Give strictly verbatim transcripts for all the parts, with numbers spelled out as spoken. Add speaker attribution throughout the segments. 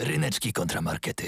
Speaker 1: Ryneczki kontramarkety.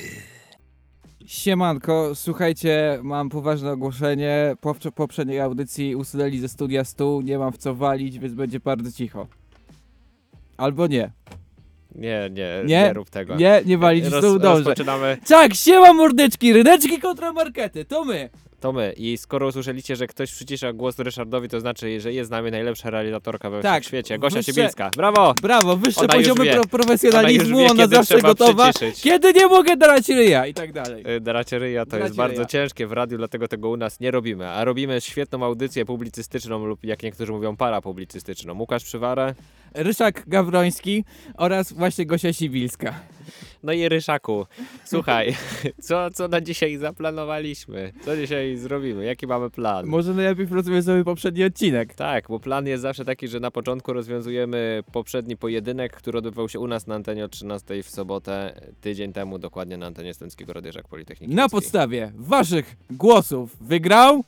Speaker 2: Siemanko, słuchajcie, mam poważne ogłoszenie. Po wczo- poprzedniej audycji usunęli ze studia stół, nie mam w co walić, więc będzie bardzo cicho. Albo nie.
Speaker 3: Nie, nie, nie,
Speaker 2: Nie?
Speaker 3: rób tego.
Speaker 2: Nie, nie walić
Speaker 3: Roz,
Speaker 2: stół, dobrze.
Speaker 3: Rozpoczynamy,
Speaker 2: Tak, siema mordeczki, ryneczki kontramarkety, to my.
Speaker 3: to my. I skoro usłyszeliście, że ktoś przycisza głos Ryszardowi, to znaczy, że jest z nami najlepsza realizatorka we
Speaker 2: Tak,
Speaker 3: świecie. Gosia
Speaker 2: wyższe-
Speaker 3: Sibilska. Brawo!
Speaker 2: Brawo, wyższe
Speaker 3: Ona już
Speaker 2: poziomy
Speaker 3: wie.
Speaker 2: pro- profesjonalizmu,
Speaker 3: Ona już wie,
Speaker 2: ona
Speaker 3: kiedy
Speaker 2: zawsze
Speaker 3: trzeba
Speaker 2: gotowa.
Speaker 3: przyciszyć.
Speaker 2: Kiedy nie mogę drać ryja i tak dalej.
Speaker 3: Y, Dracie ryja to
Speaker 2: Dracie
Speaker 3: jest bardzo
Speaker 2: ryja.
Speaker 3: ciężkie w radiu, dlatego tego u nas nie robimy. A robimy świetną audycję publicystyczną lub jak niektórzy mówią parapublicystyczną. Łukasz Przywara.
Speaker 2: Ryszak Gawroński oraz właśnie Gosia Sibilska.
Speaker 3: No i Ryszaku, słuchaj, co, co na dzisiaj zaplanowaliśmy? Co dzisiaj zrobimy? Jaki mamy plan?
Speaker 2: Może najlepiej porozmawiamy poprzedni odcinek.
Speaker 3: Tak, bo plan jest zawsze taki, że na początku rozwiązujemy poprzedni pojedynek, który odbywał się u nas na antenie o trzynastej w sobotę, tydzień temu dokładnie na antenie Stęckiego Radiożak Politechniki
Speaker 2: Na
Speaker 3: Łódzkiej.
Speaker 2: podstawie waszych głosów wygrał...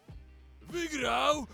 Speaker 1: Wygrał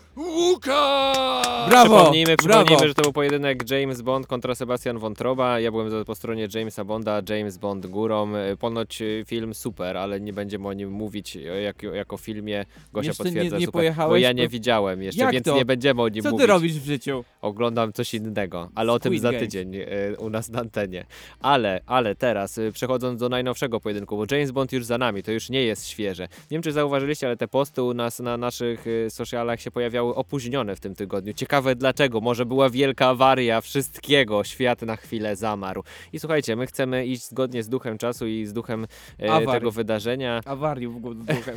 Speaker 1: Łukasz!
Speaker 2: Brawo!
Speaker 3: Przypomnijmy, przypomnijmy,
Speaker 2: brawo.
Speaker 3: że to był pojedynek James Bond kontra Sebastian Wątroba. Ja byłem za- po stronie Jamesa Bonda, James Bond górą. E, Ponoć e, film super, ale nie będziemy o nim mówić e, jak, jak o filmie. Gosia
Speaker 2: Jeszcze nie-
Speaker 3: potwierdza
Speaker 2: nie
Speaker 3: super,
Speaker 2: pojechałeś?
Speaker 3: bo ja nie
Speaker 2: Bo-
Speaker 3: widziałem jeszcze,
Speaker 2: Jak
Speaker 3: więc
Speaker 2: to?
Speaker 3: nie będziemy o nim
Speaker 2: Co ty
Speaker 3: mówić.
Speaker 2: robisz w życiu?
Speaker 3: Oglądam coś innego, ale o tym
Speaker 2: Squid
Speaker 3: za
Speaker 2: Games.
Speaker 3: tydzień e, u nas na antenie. Ale, ale teraz, e, przechodząc do najnowszego pojedynku, bo James Bond już za nami, to już nie jest świeże. Nie wiem, czy zauważyliście, ale te posty u nas na naszych e, socialach się pojawiały opóźnione w tym tygodniu. Ciekawe dlaczego, może była wielka awaria wszystkiego, świat na chwilę zamarł. I słuchajcie, my chcemy iść zgodnie z duchem czasu i z duchem e,
Speaker 2: Awarii.
Speaker 3: tego wydarzenia.
Speaker 2: Awarii w ogóle duchem.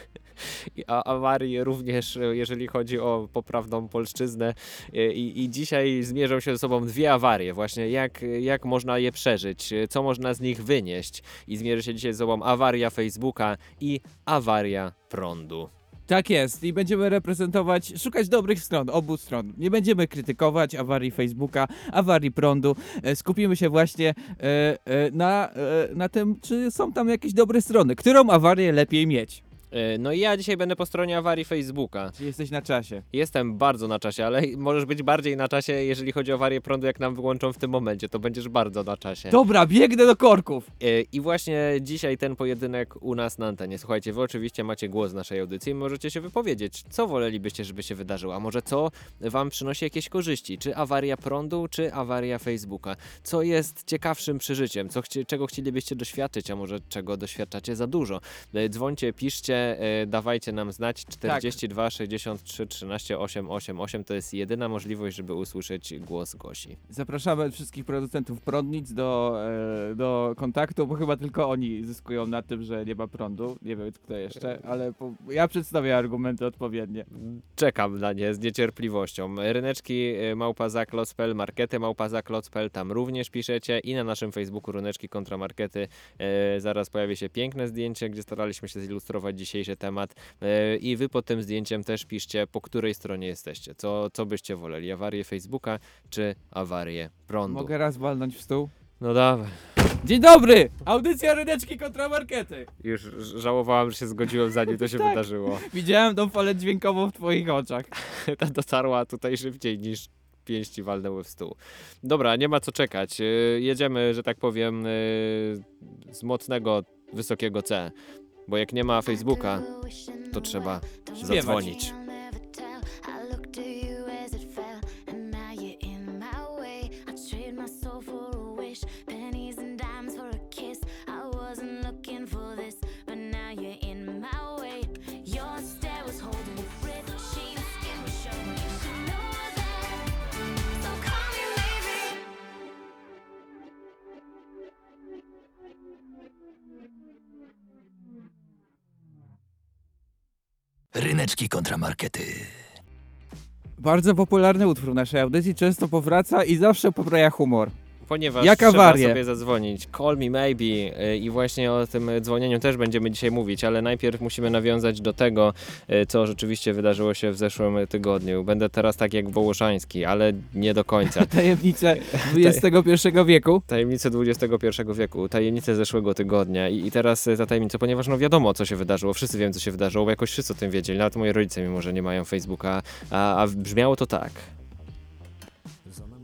Speaker 3: I a awarii również, e, jeżeli chodzi o poprawną polszczyznę. E, I, I dzisiaj zmierzą się ze sobą dwie awarie. Właśnie jak, jak można je przeżyć, e, co można z nich wynieść. I zmierzy się dzisiaj ze sobą awaria Facebooka i awaria prądu.
Speaker 2: Tak jest i będziemy reprezentować, szukać dobrych stron, obu stron. Nie będziemy krytykować awarii Facebooka, awarii prądu. E, Skupimy się właśnie e, e, na, e, na tym, czy są tam jakieś dobre strony. Którą awarię lepiej mieć?
Speaker 3: E, No i ja dzisiaj będę po stronie awarii Facebooka.
Speaker 2: Czy jesteś na czasie?
Speaker 3: Jestem bardzo na czasie, ale możesz być bardziej na czasie, jeżeli chodzi o awarię prądu, jak nam wyłączą w tym momencie, to będziesz bardzo na czasie.
Speaker 2: Dobra, biegnę do korków.
Speaker 3: E, I właśnie dzisiaj ten pojedynek u nas na antenie. Słuchajcie, wy oczywiście macie głos w naszej audycji i możecie się wypowiedzieć, co wolelibyście, żeby się wydarzyło, a może co wam przynosi jakieś korzyści, czy awaria prądu, czy awaria Facebooka. Co jest ciekawszym przeżyciem, co chci- czego chcielibyście doświadczyć, a może czego doświadczacie za dużo. E, Dzwońcie, piszcie, e, dawajcie nam znać. czterdzieści dwa sześćdziesiąt trzy trzynaście osiemset osiemdziesiąt osiem to jest jedyna możliwość, żeby usłyszeć głos Gosi.
Speaker 2: Zapraszamy wszystkich producentów prądnic do, e, do kontaktu, bo chyba tylko oni zyskują na tym, że nie ma prądu. Nie wiem kto jeszcze, ale po, ja przedstawię argumenty odpowiednie.
Speaker 3: Czekam na nie z niecierpliwością. Ryneczki y, małpa zakloc kropka p l, markety małpa zakloc kropka p l, tam również piszecie i na naszym Facebooku Ryneczki kontramarkety y, zaraz pojawi się piękne zdjęcie, gdzie staraliśmy się zilustrować dzisiejszy temat y, i wy pod tym zdjęciem też piszcie, po której stronie jesteście, co, co byście woleli, awarię Facebooka czy awarię prądu.
Speaker 2: Mogę raz walnąć w stół?
Speaker 3: No dawaj.
Speaker 2: Dzień dobry! Audycja Ryneczki kontramarkety.
Speaker 3: Już ż- żałowałem, że się zgodziłem zanim to się
Speaker 2: Tak.
Speaker 3: wydarzyło.
Speaker 2: Widziałem tą falę dźwiękową w twoich oczach.
Speaker 3: Ta dotarła tutaj szybciej niż pięści walnęły w stół. Dobra, nie ma co czekać. Yy, Jedziemy, że tak powiem, yy, z mocnego, wysokiego C. Bo jak nie ma Facebooka, to trzeba zadzwonić.
Speaker 1: Ryneczki kontramarkety.
Speaker 2: Bardzo popularny utwór w naszej audycji, często powraca i zawsze poprawia humor.
Speaker 3: Ponieważ
Speaker 2: Jak
Speaker 3: trzeba
Speaker 2: awarię?
Speaker 3: sobie zadzwonić. Call me maybe. Yy, I właśnie o tym dzwonieniu też będziemy dzisiaj mówić, ale najpierw musimy nawiązać do tego, yy, co rzeczywiście wydarzyło się w zeszłym tygodniu. Będę teraz tak jak Wołoszański, ale nie do końca.
Speaker 2: Tajemnice dwudziestego pierwszego wieku.
Speaker 3: Tajemnice dwudziestego pierwszego wieku, tajemnice zeszłego tygodnia i, i teraz y, ta tajemnica, ponieważ no wiadomo co się wydarzyło, wszyscy wiemy co się wydarzyło, bo jakoś wszyscy o tym wiedzieli, nawet moi rodzice mimo, że nie mają Facebooka, a, a brzmiało to tak.
Speaker 4: Za nami najpoważniejsze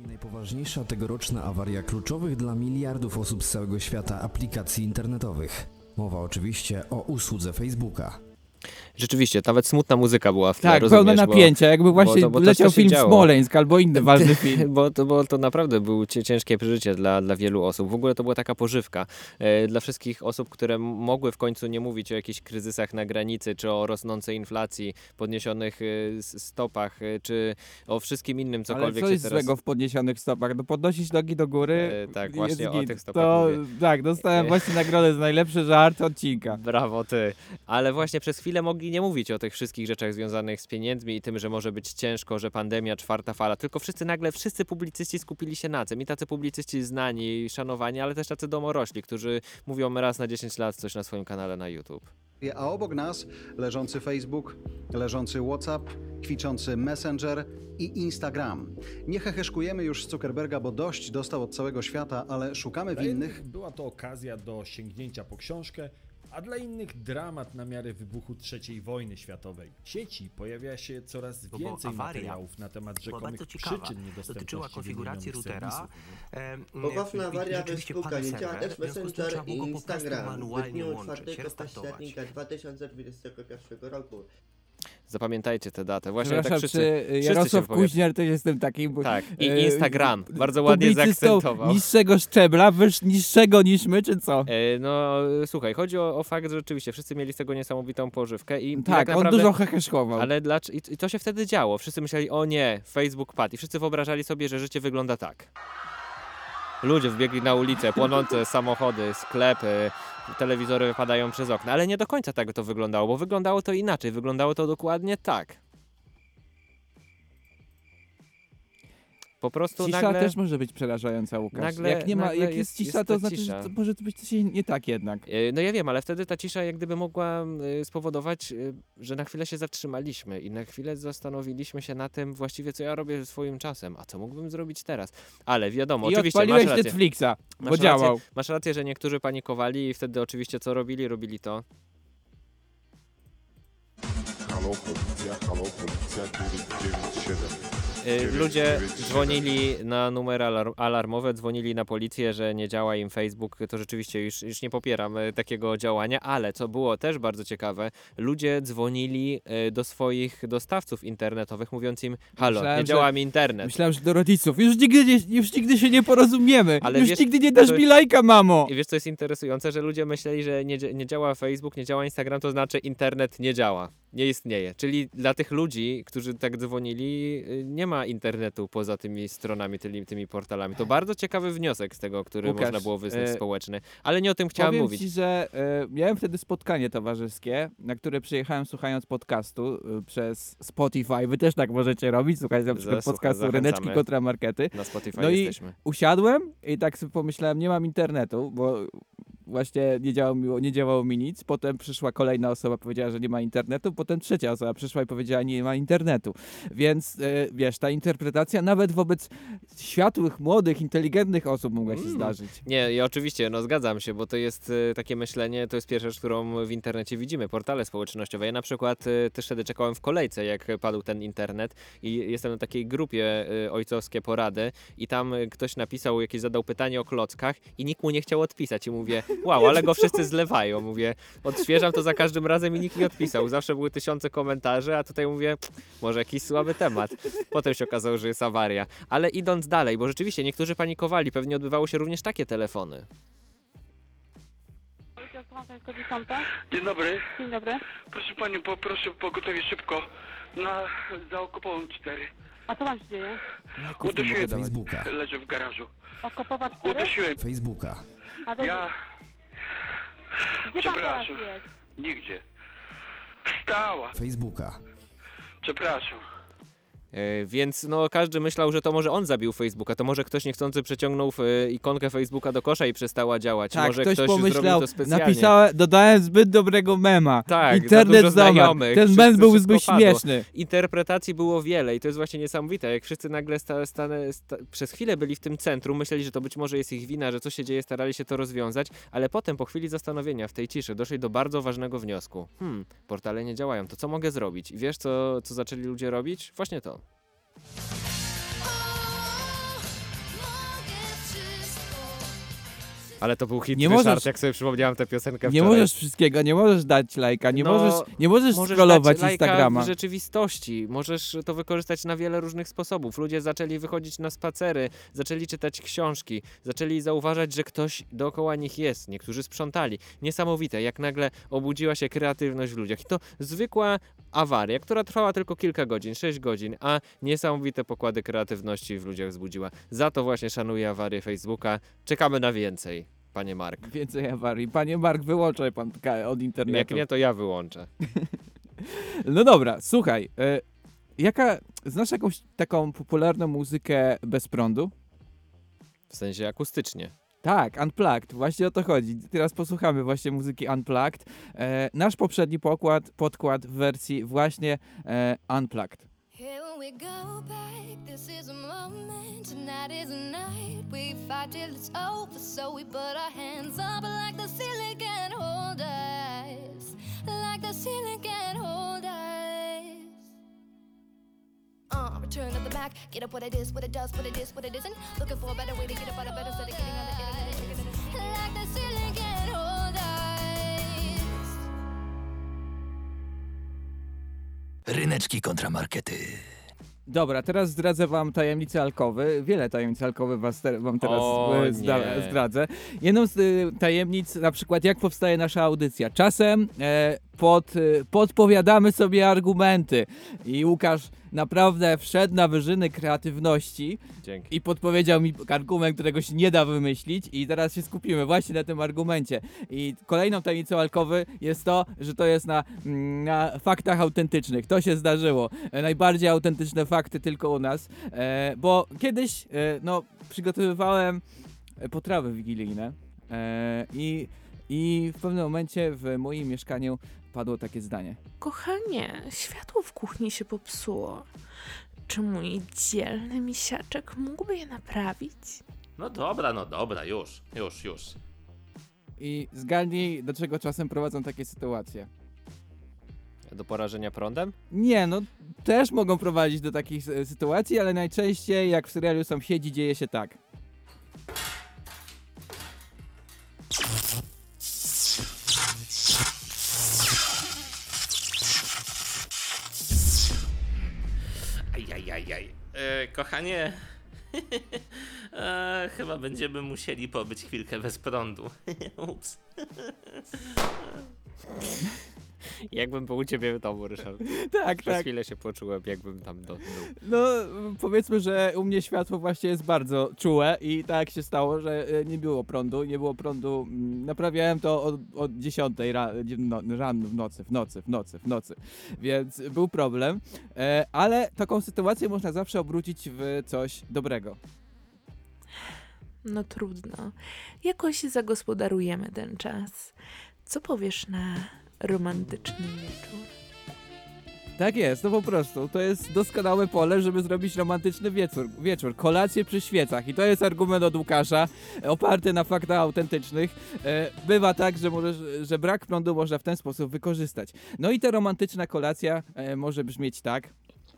Speaker 4: Najpoważniejsza tegoroczna awaria kluczowych dla miliardów osób z całego świata aplikacji internetowych. Mowa oczywiście o usłudze Facebooka.
Speaker 3: Rzeczywiście, nawet smutna muzyka była w tle,
Speaker 2: Tak,
Speaker 3: rozumiesz,
Speaker 2: pełne
Speaker 3: bo-
Speaker 2: napięcia, jakby właśnie
Speaker 3: to- bo to
Speaker 2: leciał
Speaker 3: co się
Speaker 2: film
Speaker 3: działo.
Speaker 2: Smoleńsk albo inny ważny film.
Speaker 3: Bo to, bo to naprawdę było cie- ciężkie przeżycie dla, dla wielu osób. W ogóle to była taka pożywka e, dla wszystkich osób, które m- mogły w końcu nie mówić o jakichś kryzysach na granicy, czy o rosnącej inflacji, podniesionych e, s- stopach, e, czy o wszystkim innym,
Speaker 2: Ale
Speaker 3: cokolwiek
Speaker 2: co
Speaker 3: się
Speaker 2: jest
Speaker 3: teraz...
Speaker 2: złego w podniesionych stopach? No podnosić nogi do góry
Speaker 3: E, tak,
Speaker 2: jest
Speaker 3: właśnie o
Speaker 2: git.
Speaker 3: tych stopach
Speaker 2: To
Speaker 3: mówię.
Speaker 2: tak, dostałem
Speaker 3: E.
Speaker 2: właśnie nagrodę za najlepszy żart odcinka.
Speaker 3: Brawo ty. Ale właśnie przez chwilę mogli nie mówić o tych wszystkich rzeczach związanych z pieniędzmi i tym, że może być ciężko, że pandemia, czwarta fala. Tylko wszyscy nagle, wszyscy publicyści skupili się na tym. I tacy publicyści znani, szanowani, ale też tacy domorośli, którzy mówią raz na dziesięć lat coś na swoim kanale na YouTube.
Speaker 5: A obok nas leżący Facebook, leżący WhatsApp, kwiczący Messenger i Instagram. Nie heheszkujemy już z Zuckerberga, bo dość dostał od całego świata, ale szukamy
Speaker 6: Dla
Speaker 5: winnych.
Speaker 6: jednych była to okazja do sięgnięcia po książkę, a dla innych dramat na miarę wybuchu trzeciej wojny światowej. W sieci pojawia się coraz
Speaker 7: Bo
Speaker 6: więcej
Speaker 7: awaria
Speaker 6: materiałów na temat
Speaker 7: była
Speaker 6: rzekomych
Speaker 7: bardzo ciekawa.
Speaker 6: przyczyn
Speaker 7: Dotyczyła
Speaker 6: niedostępności
Speaker 7: konfiguracji
Speaker 6: wymienionych
Speaker 7: routera.
Speaker 6: serwisów.
Speaker 7: Em,
Speaker 8: Poważna
Speaker 7: i- i
Speaker 8: awaria
Speaker 7: rzeczywiście
Speaker 8: Facebooka,
Speaker 7: padł
Speaker 8: nie działa
Speaker 7: serwer,
Speaker 8: też
Speaker 7: w związku z tym
Speaker 8: Messenger
Speaker 7: trzeba
Speaker 8: i
Speaker 7: było go po prostu
Speaker 8: Instagram. W
Speaker 7: manualnie
Speaker 8: dniu
Speaker 7: łączyć,
Speaker 8: czwartego
Speaker 7: restartować.
Speaker 8: października dwa tysiące dwudziestego pierwszego roku.
Speaker 3: Zapamiętajcie tę datę. Właśnie tak
Speaker 2: Przepraszam,
Speaker 3: wszyscy,
Speaker 2: czy
Speaker 3: wszyscy się
Speaker 2: Jarosław
Speaker 3: wypowiadają.
Speaker 2: Kuźniar też jestem takim... bo-
Speaker 3: Tak, i
Speaker 2: e,
Speaker 3: Instagram. Bardzo ładnie
Speaker 2: publicystą
Speaker 3: zaakcentował.
Speaker 2: niższego szczebla, wyż niższego niż my, czy co?
Speaker 3: E, No słuchaj, chodzi o, o fakt, że rzeczywiście wszyscy mieli z tego niesamowitą pożywkę i
Speaker 2: Tak,
Speaker 3: jak
Speaker 2: on
Speaker 3: naprawdę,
Speaker 2: dużo heheszkował.
Speaker 3: ale dlacz... I, I to się wtedy działo. Wszyscy myśleli, o nie, Facebook padł i wszyscy wyobrażali sobie, że życie wygląda tak. Ludzie wbiegli na ulicę, płonące samochody, sklepy, telewizory wypadają przez okna, ale nie do końca tak to wyglądało, bo wyglądało to inaczej, wyglądało to dokładnie tak. Po prostu
Speaker 2: Cisza
Speaker 3: nagle...
Speaker 2: też może być przerażająca, Łukasz.
Speaker 3: nagle-
Speaker 2: jak nie ma,
Speaker 3: nagle
Speaker 2: jak jest,
Speaker 3: jest-
Speaker 2: cisza,
Speaker 3: jest
Speaker 2: to
Speaker 3: ta
Speaker 2: znaczy,
Speaker 3: cisza.
Speaker 2: że to może być coś nie tak jednak.
Speaker 3: E, No ja wiem, ale wtedy ta cisza jak gdyby mogła e, spowodować, e, że na chwilę się zatrzymaliśmy i na chwilę zastanowiliśmy się na tym właściwie, co ja robię swoim czasem, a co mógłbym zrobić teraz. Ale wiadomo,
Speaker 2: I
Speaker 3: oczywiście
Speaker 2: odpaliłeś
Speaker 3: masz rację.
Speaker 2: Netflixa, bo
Speaker 3: Masz
Speaker 2: działał.
Speaker 3: rację, masz rację, że niektórzy panikowali i wtedy oczywiście co robili? Robili to.
Speaker 9: Halo policja, halo policja, dziewięć dziewięć siedem.
Speaker 3: E, Ludzie dzwonili na numery alarm alarmowe, dzwonili na policję, że nie działa im Facebook. To rzeczywiście już, już nie popieram e, takiego działania, ale co było też bardzo ciekawe, ludzie dzwonili e, do swoich dostawców internetowych, mówiąc im, halo,
Speaker 2: Myślałem,
Speaker 3: nie
Speaker 2: że-
Speaker 3: działa mi internet.
Speaker 2: Myślałem, że do rodziców. Już nigdy, nie, już nigdy się nie porozumiemy.
Speaker 3: Ale
Speaker 2: już
Speaker 3: wiesz,
Speaker 2: nigdy nie dasz
Speaker 3: to-
Speaker 2: mi lajka, mamo.
Speaker 3: I wiesz, co jest interesujące, że ludzie myśleli, że nie, dzia- nie działa Facebook, nie działa Instagram, to znaczy internet nie działa, nie istnieje. Czyli dla tych ludzi, którzy tak dzwonili, y, nie ma internetu poza tymi stronami, tymi, tymi portalami. To bardzo ciekawy wniosek z tego, który
Speaker 2: Łukasz,
Speaker 3: można było wyznać
Speaker 2: e,
Speaker 3: społeczny. Ale nie o tym chciałem
Speaker 2: Powiem
Speaker 3: mówić.
Speaker 2: ci, że e, miałem wtedy spotkanie towarzyskie, na które przyjechałem słuchając podcastu e, przez Spotify. Wy też tak możecie robić, słuchajcie na przykład
Speaker 3: Za-
Speaker 2: podcastu
Speaker 3: zachęcamy.
Speaker 2: Ryneczki kontra Markety.
Speaker 3: Na Spotify
Speaker 2: No i
Speaker 3: jesteśmy.
Speaker 2: usiadłem i tak sobie pomyślałem, nie mam internetu, bo właśnie nie działało mi, nie działało mi nic. Potem przyszła kolejna osoba, powiedziała, że nie ma internetu, potem trzecia osoba przyszła i powiedziała, nie ma internetu. Więc e, wiesz, ta interpretacja nawet wobec światłych, młodych, inteligentnych osób mogła się
Speaker 3: Mm.
Speaker 2: zdarzyć.
Speaker 3: Nie, i oczywiście, no zgadzam się, bo to jest e, takie myślenie, to jest pierwsza rzecz, którą w internecie widzimy, portale społecznościowe. Ja na przykład e, też wtedy czekałem w kolejce, jak padł ten internet i jestem na takiej grupie e, ojcowskie porady i tam e, ktoś napisał, jakieś zadał pytanie o klockach i nikt mu nie chciał odpisać i mówię, wow, ale go wszyscy zlewają. Mówię, odświeżam to za każdym razem i nikt nie odpisał. Zawsze były tysiące komentarzy, a tutaj mówię, może jakiś słaby temat. Potem się okazało, że jest awaria. Ale idąc dalej, bo rzeczywiście niektórzy panikowali, pewnie odbywały się również takie telefony.
Speaker 10: Dzień dobry.
Speaker 11: Dzień dobry.
Speaker 10: Proszę Panią, poproszę pogotowie szybko na za okopową cztery.
Speaker 11: A co wam się dzieje?
Speaker 10: Udusiłem,
Speaker 4: Facebooka.
Speaker 10: leżę w garażu.
Speaker 11: Okopować cztery?
Speaker 10: Udusiłem.
Speaker 4: Facebooka.
Speaker 11: A to
Speaker 10: Ja
Speaker 11: gdzie pan teraz
Speaker 10: przepraszam.
Speaker 11: jest?
Speaker 10: nigdzie. Wstała.
Speaker 4: Facebooka.
Speaker 10: Przepraszam.
Speaker 3: E, Więc no każdy myślał, że to może on zabił Facebooka, to może ktoś niechcący przeciągnął e, ikonkę Facebooka do kosza i przestała działać.
Speaker 2: Tak,
Speaker 3: może
Speaker 2: ktoś,
Speaker 3: ktoś
Speaker 2: pomyślał,
Speaker 3: zrobił to specjalnie.
Speaker 2: napisałem, dodałem zbyt dobrego mema.
Speaker 3: Tak, za
Speaker 2: Internet
Speaker 3: dużo
Speaker 2: zobacz,
Speaker 3: znajomych,
Speaker 2: ten
Speaker 3: wszyscy-
Speaker 2: mem był
Speaker 3: wszystko
Speaker 2: zbyt
Speaker 3: padło.
Speaker 2: śmieszny.
Speaker 3: Interpretacji było wiele i to jest właśnie niesamowite, jak wszyscy nagle sta, stane, sta, przez chwilę byli w tym centrum, myśleli, że to być może jest ich wina, że coś się dzieje, starali się to rozwiązać, ale potem po chwili zastanowienia w tej ciszy doszli do bardzo ważnego wniosku. Hmm, portale nie działają, to co mogę zrobić? I wiesz co, co zaczęli ludzie robić? Właśnie to. Ale to był hit
Speaker 2: Nie
Speaker 3: Ryszard,
Speaker 2: możesz-
Speaker 3: jak sobie przypomniałem tę piosenkę
Speaker 2: Nie
Speaker 3: wczoraj.
Speaker 2: możesz wszystkiego, nie możesz dać lajka, nie,
Speaker 3: No,
Speaker 2: możesz, nie możesz,
Speaker 3: Możesz
Speaker 2: scrollować
Speaker 3: dać lajka
Speaker 2: Instagrama.
Speaker 3: w rzeczywistości. Możesz to wykorzystać na wiele różnych sposobów. Ludzie zaczęli wychodzić na spacery, zaczęli czytać książki, zaczęli zauważać, że ktoś dookoła nich jest. Niektórzy sprzątali. Niesamowite, jak nagle obudziła się kreatywność w ludziach. I to zwykła awaria, która trwała tylko kilka godzin, sześć godzin, a niesamowite pokłady kreatywności w ludziach wzbudziła. Za to właśnie szanuję awarię Facebooka. Czekamy na więcej, panie Mark.
Speaker 2: Więcej awarii. Panie Mark, wyłączaj pan ka- od internetu.
Speaker 3: Jak nie, to ja wyłączę.
Speaker 2: No dobra, słuchaj. E, jaka, znasz jakąś taką popularną muzykę bez prądu?
Speaker 3: W sensie akustycznie.
Speaker 2: Tak, Unplugged, właśnie o to chodzi. Teraz posłuchamy właśnie muzyki Unplugged. E, nasz poprzedni pokład, podkład w wersji właśnie e, Unplugged.
Speaker 7: Here we go back, this is a moment, tonight is a night, we fight till it's over, so we put our hands up like the ceiling can't hold us, like the ceiling can't hold us. Uh, return of the back, get up what it is, what it does, what it is, what it isn't, looking for a better way to get up out of bed instead of getting on the internet and checking it, like the ceiling can't hold us.
Speaker 1: Ryneczki kontramarkety.
Speaker 2: Dobra, teraz zdradzę wam tajemnice alkowy. Wiele tajemnic alkowych was te, wam teraz
Speaker 3: O,
Speaker 2: e, zda,
Speaker 3: nie.
Speaker 2: zdradzę. Jedną z y, tajemnic, na przykład jak powstaje nasza audycja. Czasem e, pod, y, podpowiadamy sobie argumenty i Łukasz naprawdę wszedł na wyżyny kreatywności
Speaker 3: Dzięki.
Speaker 2: i podpowiedział mi argument, którego się nie da wymyślić i teraz się skupimy właśnie na tym argumencie. I kolejną tajemnicą alkowy jest to, że to jest na, mm, na faktach autentycznych. To się zdarzyło. E, najbardziej autentyczne fakty tylko u nas, e, bo kiedyś e, no, przygotowywałem potrawy wigilijne e, i, i w pewnym momencie w moim mieszkaniu padło takie zdanie.
Speaker 12: Kochanie, światło w kuchni się popsuło. Czy mój dzielny misiaczek mógłby je naprawić?
Speaker 13: No dobra, no dobra, już, już, już.
Speaker 2: I zgadnij, do czego czasem prowadzą takie sytuacje.
Speaker 3: Do porażenia prądem?
Speaker 2: Nie, no też mogą prowadzić do takich e, sytuacji, ale najczęściej jak w serialu Sąsiedzi dzieje się tak.
Speaker 13: Ajajajaj. E, kochanie, e, chyba będziemy musieli pobyć chwilkę bez prądu. Ups.
Speaker 3: Jakbym był u ciebie w domu, Ryszard.
Speaker 2: Tak,
Speaker 3: Przez
Speaker 2: tak.
Speaker 3: chwilę się poczułem, jakbym tam do, był.
Speaker 2: No, powiedzmy, że u mnie światło właśnie jest bardzo czułe i tak się stało, że e, nie było prądu, nie było prądu, mm, naprawiałem to od, od dziesiątej ra, no, rano, w nocy, w nocy, w nocy, w nocy, więc był problem, e, ale taką sytuację można zawsze obrócić w coś dobrego.
Speaker 12: No trudno. Jakoś zagospodarujemy ten czas. Co powiesz na romantyczny wieczór?
Speaker 2: Tak jest, no po prostu, to jest doskonałe pole, żeby zrobić romantyczny wieczór, wieczór, kolację przy świecach i to jest argument od Łukasza, e, oparty na faktach autentycznych. E, bywa tak, że, możesz, że brak prądu można w ten sposób wykorzystać. No i ta romantyczna kolacja e, może brzmieć tak.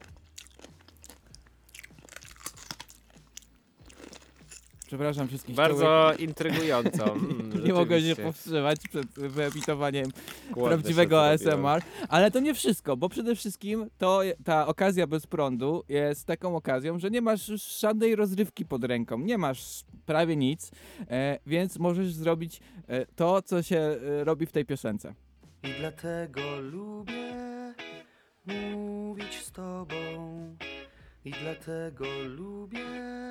Speaker 2: Przepraszam wszystkich.
Speaker 3: Bardzo
Speaker 2: czołych.
Speaker 3: intrygująco. Mm,
Speaker 2: Nie mogę się
Speaker 3: rzeczywiście.
Speaker 2: powstrzymać przed wyemitowaniem
Speaker 3: Głodny
Speaker 2: prawdziwego
Speaker 3: się
Speaker 2: A S M
Speaker 3: zrobiłem.
Speaker 2: R, ale to nie wszystko, bo przede wszystkim to ta okazja bez prądu jest taką okazją, że nie masz już żadnej rozrywki pod ręką, nie masz prawie nic, e, więc możesz zrobić e, to, co się e, robi w tej piosence.
Speaker 14: I dlatego lubię mówić z tobą. I dlatego lubię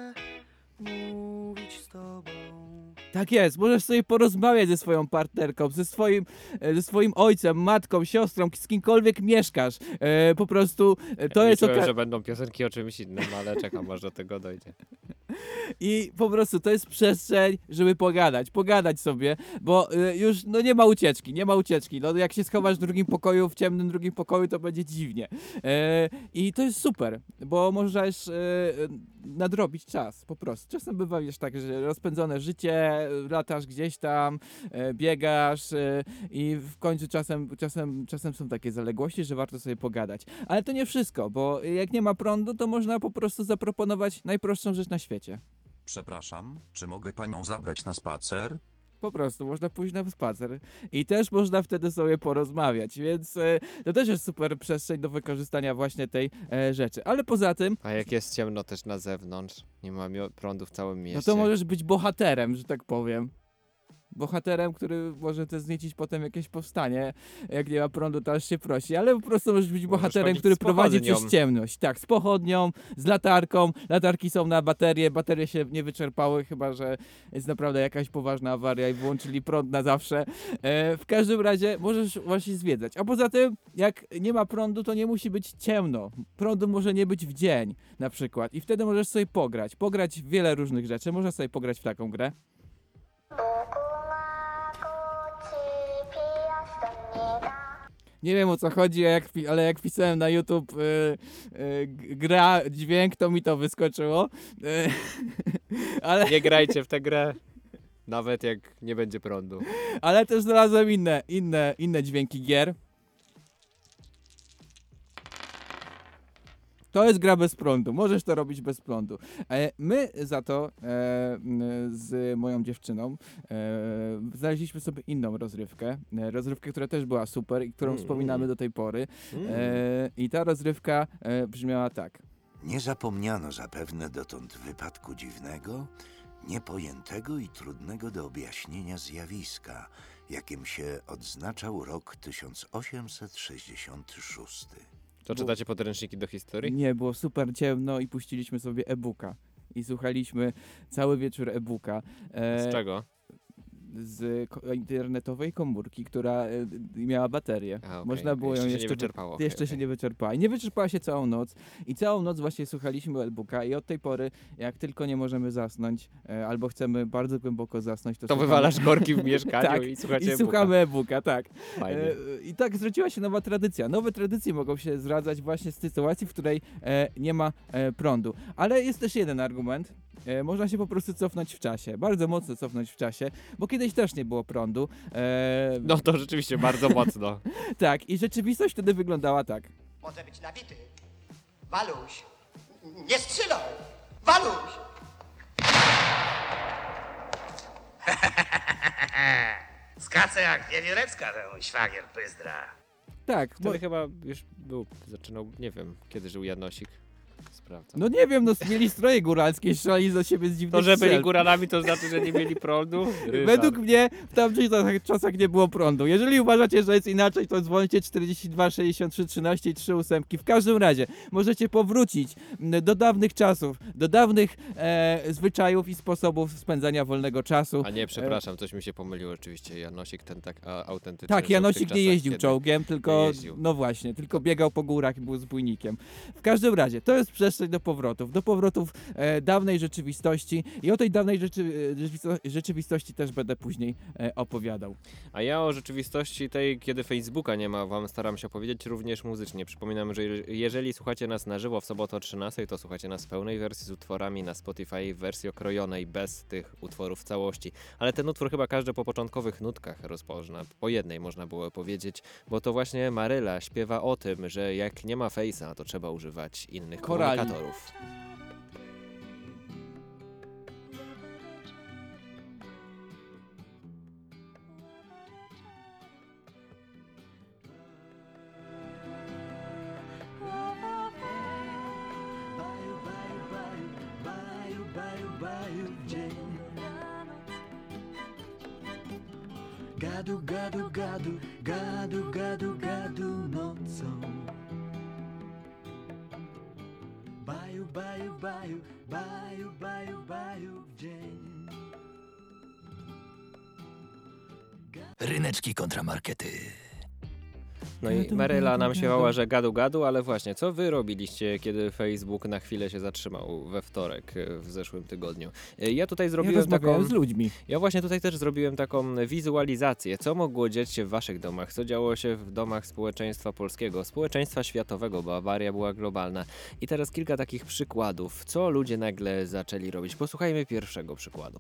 Speaker 14: mówić z tobą.
Speaker 2: Tak jest, możesz sobie porozmawiać ze swoją partnerką, ze swoim, e, ze swoim ojcem, matką, siostrą, z kimkolwiek mieszkasz. E, po prostu e, to jest
Speaker 3: Liczyłem,
Speaker 2: okazja.
Speaker 3: że będą piosenki o czymś innym, ale czekam, aż do tego dojdzie.
Speaker 2: I po prostu to jest przestrzeń, żeby pogadać, pogadać sobie, bo y, już no nie ma ucieczki, nie ma ucieczki. No jak się schowasz w drugim pokoju, w ciemnym drugim pokoju, to będzie dziwnie. E, I to jest super, bo możesz e, nadrobić czas, po prostu. Czasem bywa wiesz tak, że rozpędzone życie, latasz gdzieś tam, e, biegasz e, i w końcu czasem, czasem, czasem są takie zaległości, że warto sobie pogadać. Ale to nie wszystko, bo jak nie ma prądu, to można po prostu zaproponować najprostszą rzecz na świecie.
Speaker 15: Przepraszam, czy mogę panią zabrać na spacer?
Speaker 2: Po prostu można pójść na spacer i też można wtedy sobie porozmawiać, więc e, to też jest super przestrzeń do wykorzystania właśnie tej e, rzeczy. Ale poza tym,
Speaker 3: A jak jest ciemno też na zewnątrz, nie ma mio- prądu w całym mieście.
Speaker 2: no to możesz być bohaterem, że tak powiem. Bohaterem, który może też zniecić potem jakieś powstanie. Jak nie ma prądu, to aż się prosi. Ale po prostu możesz być bohaterem,
Speaker 3: chodzić
Speaker 2: który
Speaker 3: z
Speaker 2: prowadzi
Speaker 3: pochodnią.
Speaker 2: przez ciemność. Tak, z pochodnią, z latarką. Latarki są na baterie. Baterie się nie wyczerpały, chyba że jest naprawdę jakaś poważna awaria i wyłączyli prąd na zawsze. E, w każdym razie możesz właśnie zwiedzać. A poza tym, jak nie ma prądu, to nie musi być ciemno. Prądu może nie być w dzień na przykład. I wtedy możesz sobie pograć. Pograć w wiele różnych rzeczy. Można sobie pograć w taką grę. Nie wiem, o co chodzi, jak, pi- ale jak pisałem na YouTube y, y, g- gra, dźwięk, to mi to wyskoczyło. Y, ale,
Speaker 3: Nie grajcie w tę grę, nawet jak nie będzie prądu.
Speaker 2: ale też znalazłem inne, inne, inne dźwięki gier. To jest gra bez prądu. Możesz to robić bez prądu. E, my za to e, m, z moją dziewczyną e, znaleźliśmy sobie inną rozrywkę. E, rozrywkę, która też była super i którą
Speaker 15: Mm.
Speaker 2: wspominamy do tej pory.
Speaker 15: Mm.
Speaker 2: E, I ta rozrywka e, brzmiała tak.
Speaker 15: Nie zapomniano zapewne dotąd wypadku dziwnego, niepojętego i trudnego do objaśnienia zjawiska, jakim się odznaczał rok tysiąc osiemset sześćdziesiąty szósty.
Speaker 3: To czytacie podręczniki do historii?
Speaker 2: Nie, było super ciemno i puściliśmy sobie e-booka. I słuchaliśmy cały wieczór e-booka. E,
Speaker 3: Z czego?
Speaker 2: Z ko- internetowej komórki, która e, miała baterię.
Speaker 3: A, okej.
Speaker 2: Można było ją
Speaker 3: Jeszcze się
Speaker 2: jeszcze...
Speaker 3: nie wyczerpało, okej,
Speaker 2: jeszcze się
Speaker 3: okej.
Speaker 2: nie wyczerpała. I nie wyczerpała się całą noc. I całą noc właśnie słuchaliśmy e-booka i od tej pory, jak tylko nie możemy zasnąć, e, albo chcemy bardzo głęboko zasnąć, to,
Speaker 3: To
Speaker 2: słuchamy-
Speaker 3: wywalasz korki w mieszkaniu
Speaker 2: tak,
Speaker 3: i słuchacie
Speaker 2: i
Speaker 3: e-booka.
Speaker 2: słuchamy e-booka, tak.
Speaker 3: Fajnie.
Speaker 2: E, I tak zrodziła się nowa tradycja. Nowe tradycje mogą się zradzać właśnie z sytuacji, w której e, nie ma e, prądu. Ale jest też jeden argument. E, można się po prostu cofnąć w czasie. Bardzo mocno cofnąć w czasie, bo kiedyś też nie było prądu. E,
Speaker 3: No to rzeczywiście bardzo mocno.
Speaker 2: tak, i rzeczywistość wtedy wyglądała tak.
Speaker 16: Może być nabity. Waluś, nie strzelaj! Waluś!
Speaker 17: Skacze jak wiewiórecka, ten mój szwagier Pyzdra.
Speaker 2: Tak,
Speaker 3: Wtedy
Speaker 2: bo-
Speaker 3: chyba już był, zaczynał, nie wiem, kiedy żył Janosik. Sprawdzam.
Speaker 2: No nie wiem, no mieli stroje góralskie, strzelali za siebie z dziwnych
Speaker 3: To, że byli
Speaker 2: strzelb.
Speaker 3: góralami, to znaczy, że nie mieli prądu?
Speaker 2: Według mnie w tamtych czasach, czasach nie było prądu. Jeżeli uważacie, że jest inaczej, to dzwońcie czterdzieści dwa sześćdziesiąt trzy trzynaście i trzy ósemki. W każdym razie możecie powrócić m, do dawnych czasów, do dawnych e, zwyczajów i sposobów spędzania wolnego czasu.
Speaker 3: A nie, przepraszam, coś mi się pomyliło oczywiście. Janosik ten tak a, autentyczny.
Speaker 2: Tak,
Speaker 3: żył w tych
Speaker 2: Janosik nie
Speaker 3: czasach,
Speaker 2: jeździł
Speaker 3: kiedy
Speaker 2: czołgiem,
Speaker 3: nie
Speaker 2: tylko,
Speaker 3: jeździł.
Speaker 2: no właśnie, tylko biegał po górach i był zbójnikiem. W każdym razie, to jest przestrzeń do powrotów, do powrotów e, dawnej rzeczywistości i o tej dawnej rzeczy, e, rzeczywisto- rzeczywistości też będę później e, opowiadał.
Speaker 3: A ja o rzeczywistości tej, kiedy Facebooka nie ma, wam staram się opowiedzieć również muzycznie. Przypominam, że je- jeżeli słuchacie nas na żywo w sobotę o trzynastej, to słuchacie nas w pełnej wersji z utworami na Spotify, w wersji okrojonej, bez tych utworów w całości. Ale ten utwór chyba każdy po początkowych nutkach rozpozna. Po jednej można było powiedzieć, bo to właśnie Maryla śpiewa o tym, że jak nie ma Face'a, to trzeba używać innych
Speaker 2: Korali.
Speaker 3: komunikatorów.
Speaker 18: Gadu, gadu, gadu, gadu, gadu, gadu nocą. Baju, baju, baju, baju, baju, baju w dzień.
Speaker 1: Ryneczki kontramarkety.
Speaker 3: No i Maryla nam śpiewała, że gadu gadu, ale właśnie, co wy robiliście, kiedy Facebook na chwilę się zatrzymał we wtorek e, w zeszłym tygodniu? E, Ja tutaj zrobiłem
Speaker 2: rozmawiałem
Speaker 3: taką...
Speaker 2: z ludźmi.
Speaker 3: Ja właśnie tutaj też zrobiłem taką wizualizację, co mogło dziać się w waszych domach, co działo się w domach społeczeństwa polskiego, społeczeństwa światowego, bo awaria była globalna. I teraz kilka takich przykładów, co ludzie nagle zaczęli robić. Posłuchajmy pierwszego przykładu.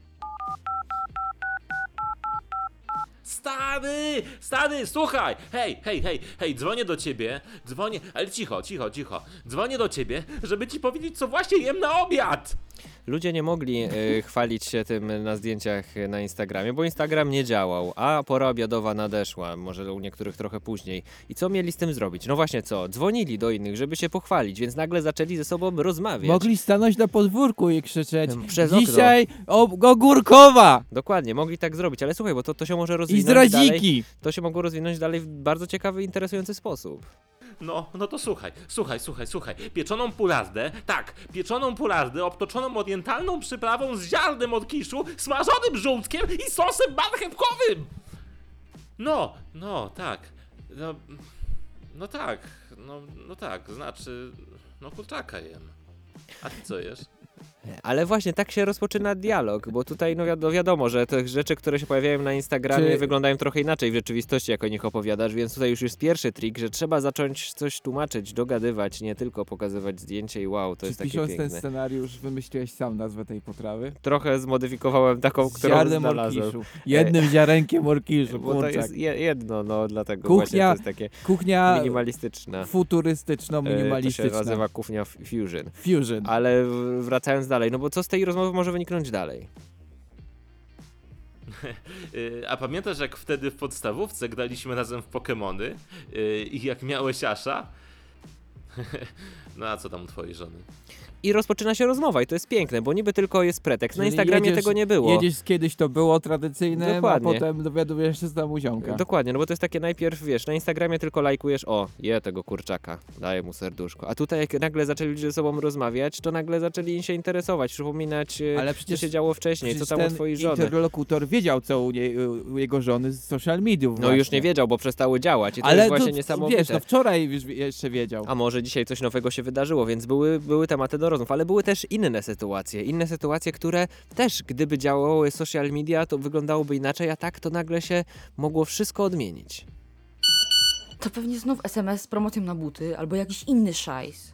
Speaker 13: Stary, stary, słuchaj! Hej, hej, hej, hej, dzwonię do ciebie, dzwonię, ale cicho, cicho, cicho. Dzwonię do ciebie, żeby ci powiedzieć, co właśnie jem na obiad!
Speaker 3: ludzie nie mogli e, chwalić się tym na zdjęciach na Instagramie, bo Instagram nie działał, a pora obiadowa nadeszła, może u niektórych trochę później. I co mieli z tym zrobić? No właśnie co? Dzwonili do innych, żeby się pochwalić, więc nagle zaczęli ze sobą rozmawiać.
Speaker 2: Mogli stanąć na podwórku i krzyczeć
Speaker 3: Przez
Speaker 2: dzisiaj ogórkowa!
Speaker 3: Dokładnie, mogli tak zrobić, ale słuchaj, bo to, to się może
Speaker 2: I
Speaker 3: rozwinąć
Speaker 2: zdradziki!
Speaker 3: dalej. To się mogło rozwinąć dalej w bardzo ciekawy, interesujący sposób.
Speaker 13: No, no to słuchaj, słuchaj, słuchaj, słuchaj. Pieczoną pulardę, tak, pieczoną pulardę obtoczoną orientalną przyprawą z ziarnem od kiszu, smażonym żółtkiem i sosem marchewkowym! No, no, tak. No, no tak, no, no tak, znaczy, no kurczaka jem. A ty co jesz?
Speaker 3: Ale właśnie tak się rozpoczyna dialog, bo tutaj no wiado- wiadomo, że te rzeczy, które się pojawiają na Instagramie
Speaker 2: Czy-
Speaker 3: wyglądają trochę inaczej w rzeczywistości, jak o nich opowiadasz, więc tutaj już jest pierwszy trik, że trzeba zacząć coś tłumaczyć, dogadywać, nie tylko pokazywać zdjęcie i wow, to
Speaker 2: Czy
Speaker 3: jest takie
Speaker 2: pisząc
Speaker 3: piękne.
Speaker 2: ten scenariusz wymyśliłeś sam nazwę tej potrawy?
Speaker 3: Trochę zmodyfikowałem taką,
Speaker 2: Z
Speaker 3: którą
Speaker 2: ziarnem
Speaker 3: znalazłem.
Speaker 2: orkiszu. Jednym ziarenkiem orkiszu,
Speaker 3: Bo to
Speaker 2: kurczak.
Speaker 3: jest je- jedno, no dlatego właśnie to
Speaker 2: Kuchnia,
Speaker 3: jest takie
Speaker 2: kuchnia
Speaker 3: minimalistyczna.
Speaker 2: futurystyczno
Speaker 3: E, To
Speaker 2: minimalistyczna.
Speaker 3: się nazywa kuchnia f- fusion.
Speaker 2: Fusion.
Speaker 3: Ale w- wracając dalej, no bo co z tej rozmowy może wyniknąć dalej?
Speaker 13: Y, A pamiętasz, jak wtedy w podstawówce graliśmy razem w Pokemony y, i jak miałeś Asha? No a co tam u twojej żony?
Speaker 3: I rozpoczyna się rozmowa i to jest piękne, bo niby tylko jest pretekst. Na
Speaker 2: Czyli
Speaker 3: Instagramie
Speaker 2: jedziesz-
Speaker 3: tego nie było.
Speaker 2: Jedziesz kiedyś to było tradycyjne,
Speaker 3: Dokładnie.
Speaker 2: a potem dowiadujesz się z tam u ziomka.
Speaker 3: Dokładnie, no bo to jest takie najpierw, wiesz, na Instagramie tylko lajkujesz, o, je tego kurczaka, daję mu serduszko. A tutaj jak nagle zaczęli ludzie ze sobą rozmawiać, to nagle zaczęli się interesować, przypominać, e,
Speaker 2: Ale
Speaker 3: co
Speaker 2: przecież-
Speaker 3: się działo wcześniej, co
Speaker 2: Przecież
Speaker 3: tam u
Speaker 2: ten
Speaker 3: twojej żony.
Speaker 2: interlokutor wiedział, co u, nie, u jego żony z social mediów
Speaker 3: No
Speaker 2: właśnie.
Speaker 3: już nie wiedział, bo przestały działać i to
Speaker 2: Ale
Speaker 3: jest właśnie
Speaker 2: to,
Speaker 3: niesamowite.
Speaker 2: wiesz, to wczoraj już jeszcze wiedział.
Speaker 3: A może dzisiaj coś nowego się wydarzyło, więc były, były tematy do rozmów, ale były też inne sytuacje, inne sytuacje, które też, gdyby działały social media, to wyglądałoby inaczej, a tak to nagle się mogło wszystko odmienić.
Speaker 19: To pewnie znów es em es z promocją na buty albo jakiś inny szajs.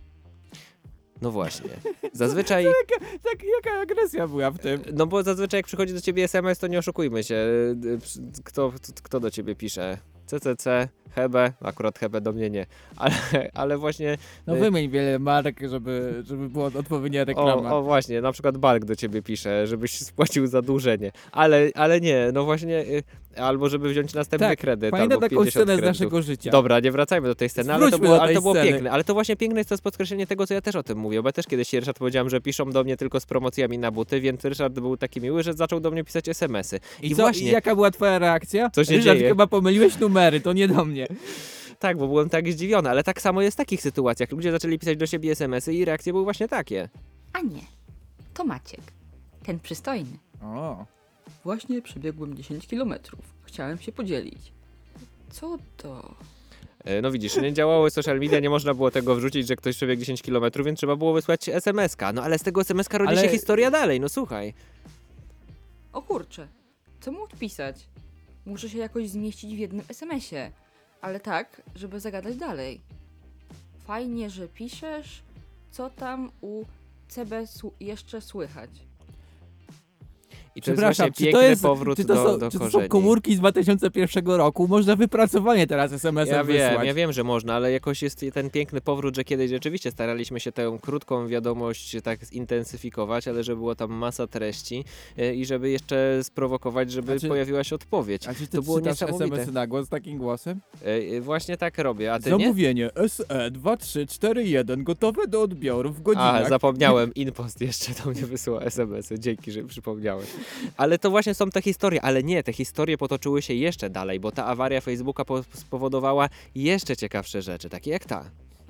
Speaker 3: No właśnie. Zazwyczaj...
Speaker 2: Jaka, tak, jaka agresja była w tym?
Speaker 3: No bo zazwyczaj jak przychodzi do ciebie es em es, to nie oszukujmy się. Kto, kto do ciebie pisze? C C C, Hebe, akurat Hebe do mnie nie, ale, ale właśnie...
Speaker 2: No wymień wiele marek, żeby, żeby była odpowiednia reklama.
Speaker 3: O, o właśnie, na przykład Bark do ciebie pisze, żebyś spłacił zadłużenie, ale, ale nie, no właśnie, y, albo żeby wziąć następny
Speaker 2: Tak,
Speaker 3: kredyt,
Speaker 2: pamiętam
Speaker 3: albo
Speaker 2: taką
Speaker 3: pięćdziesiąt
Speaker 2: scenę z
Speaker 3: kredytów.
Speaker 2: naszego życia.
Speaker 3: Dobra, nie wracajmy do tej sceny, ale to
Speaker 2: Wróćmy
Speaker 3: było,
Speaker 2: do
Speaker 3: ale
Speaker 2: tej
Speaker 3: to było
Speaker 2: sceny.
Speaker 3: piękne, ale to właśnie piękne jest to podkreślenie tego, co ja też o tym mówię, bo ja też kiedyś się Ryszard powiedziałem, że piszą do mnie tylko z promocjami na buty, więc Ryszard był taki miły, że zaczął do mnie pisać es em esy.
Speaker 2: I,
Speaker 3: I
Speaker 2: co,
Speaker 3: właśnie...
Speaker 2: I jaka była twoja reakcja?
Speaker 3: Co się
Speaker 2: Ryszard,
Speaker 3: dzieje?
Speaker 2: chyba pomyliłeś numery, to nie do mnie.
Speaker 3: Tak, bo byłem tak zdziwiony, ale tak samo jest w takich sytuacjach. Ludzie zaczęli pisać do siebie es em esy i reakcje były właśnie takie.
Speaker 19: A nie, to Maciek. Ten przystojny.
Speaker 2: O.
Speaker 19: Właśnie przebiegłem dziesięć kilometrów. Chciałem się podzielić. Co to?
Speaker 3: E, No widzisz, nie działały social media, nie można było tego wrzucić, że ktoś przebiegł dziesięć kilometrów, więc trzeba było wysłać es em eska. No ale z tego es em eska rodzi
Speaker 2: Ale-
Speaker 3: się historia dalej, no słuchaj.
Speaker 19: O kurczę, co mu odpisać? Muszę się jakoś zmieścić w jednym es em esie. Ale tak, żeby zagadać dalej. Fajnie, że piszesz. Co tam u C B su- jeszcze słychać?
Speaker 3: I to jest
Speaker 2: Przepraszam,
Speaker 3: właśnie
Speaker 2: czy
Speaker 3: piękny
Speaker 2: to, jest,
Speaker 3: powrót
Speaker 2: czy to,
Speaker 3: do,
Speaker 2: są,
Speaker 3: do
Speaker 2: czy to są
Speaker 3: korzeni.
Speaker 2: komórki z dwa tysiące pierwszego roku? Można wypracowanie teraz es em esem
Speaker 3: Ja wiem,
Speaker 2: wysłać.
Speaker 3: ja wiem, że można, ale jakoś jest ten piękny powrót, że kiedyś rzeczywiście staraliśmy się tę krótką wiadomość tak zintensyfikować, ale że było tam masa treści e, i żeby jeszcze sprowokować, żeby
Speaker 2: A czy-
Speaker 3: pojawiła się odpowiedź.
Speaker 2: A czy ty
Speaker 3: to było
Speaker 2: czytasz es em
Speaker 3: niesamowite.
Speaker 2: esy na głos z takim głosem?
Speaker 3: E, e, Właśnie tak robię, a ty nie?
Speaker 2: Zamówienie S E dwa trzy cztery jeden gotowe do odbioru w godzinach.
Speaker 3: A, zapomniałem, Inpost jeszcze do mnie wysyła es em esy, dzięki, że przypomniałeś. Ale to właśnie są te historie, ale nie, te historie potoczyły się jeszcze dalej, bo ta awaria Facebooka po- spowodowała jeszcze ciekawsze rzeczy, takie jak ta.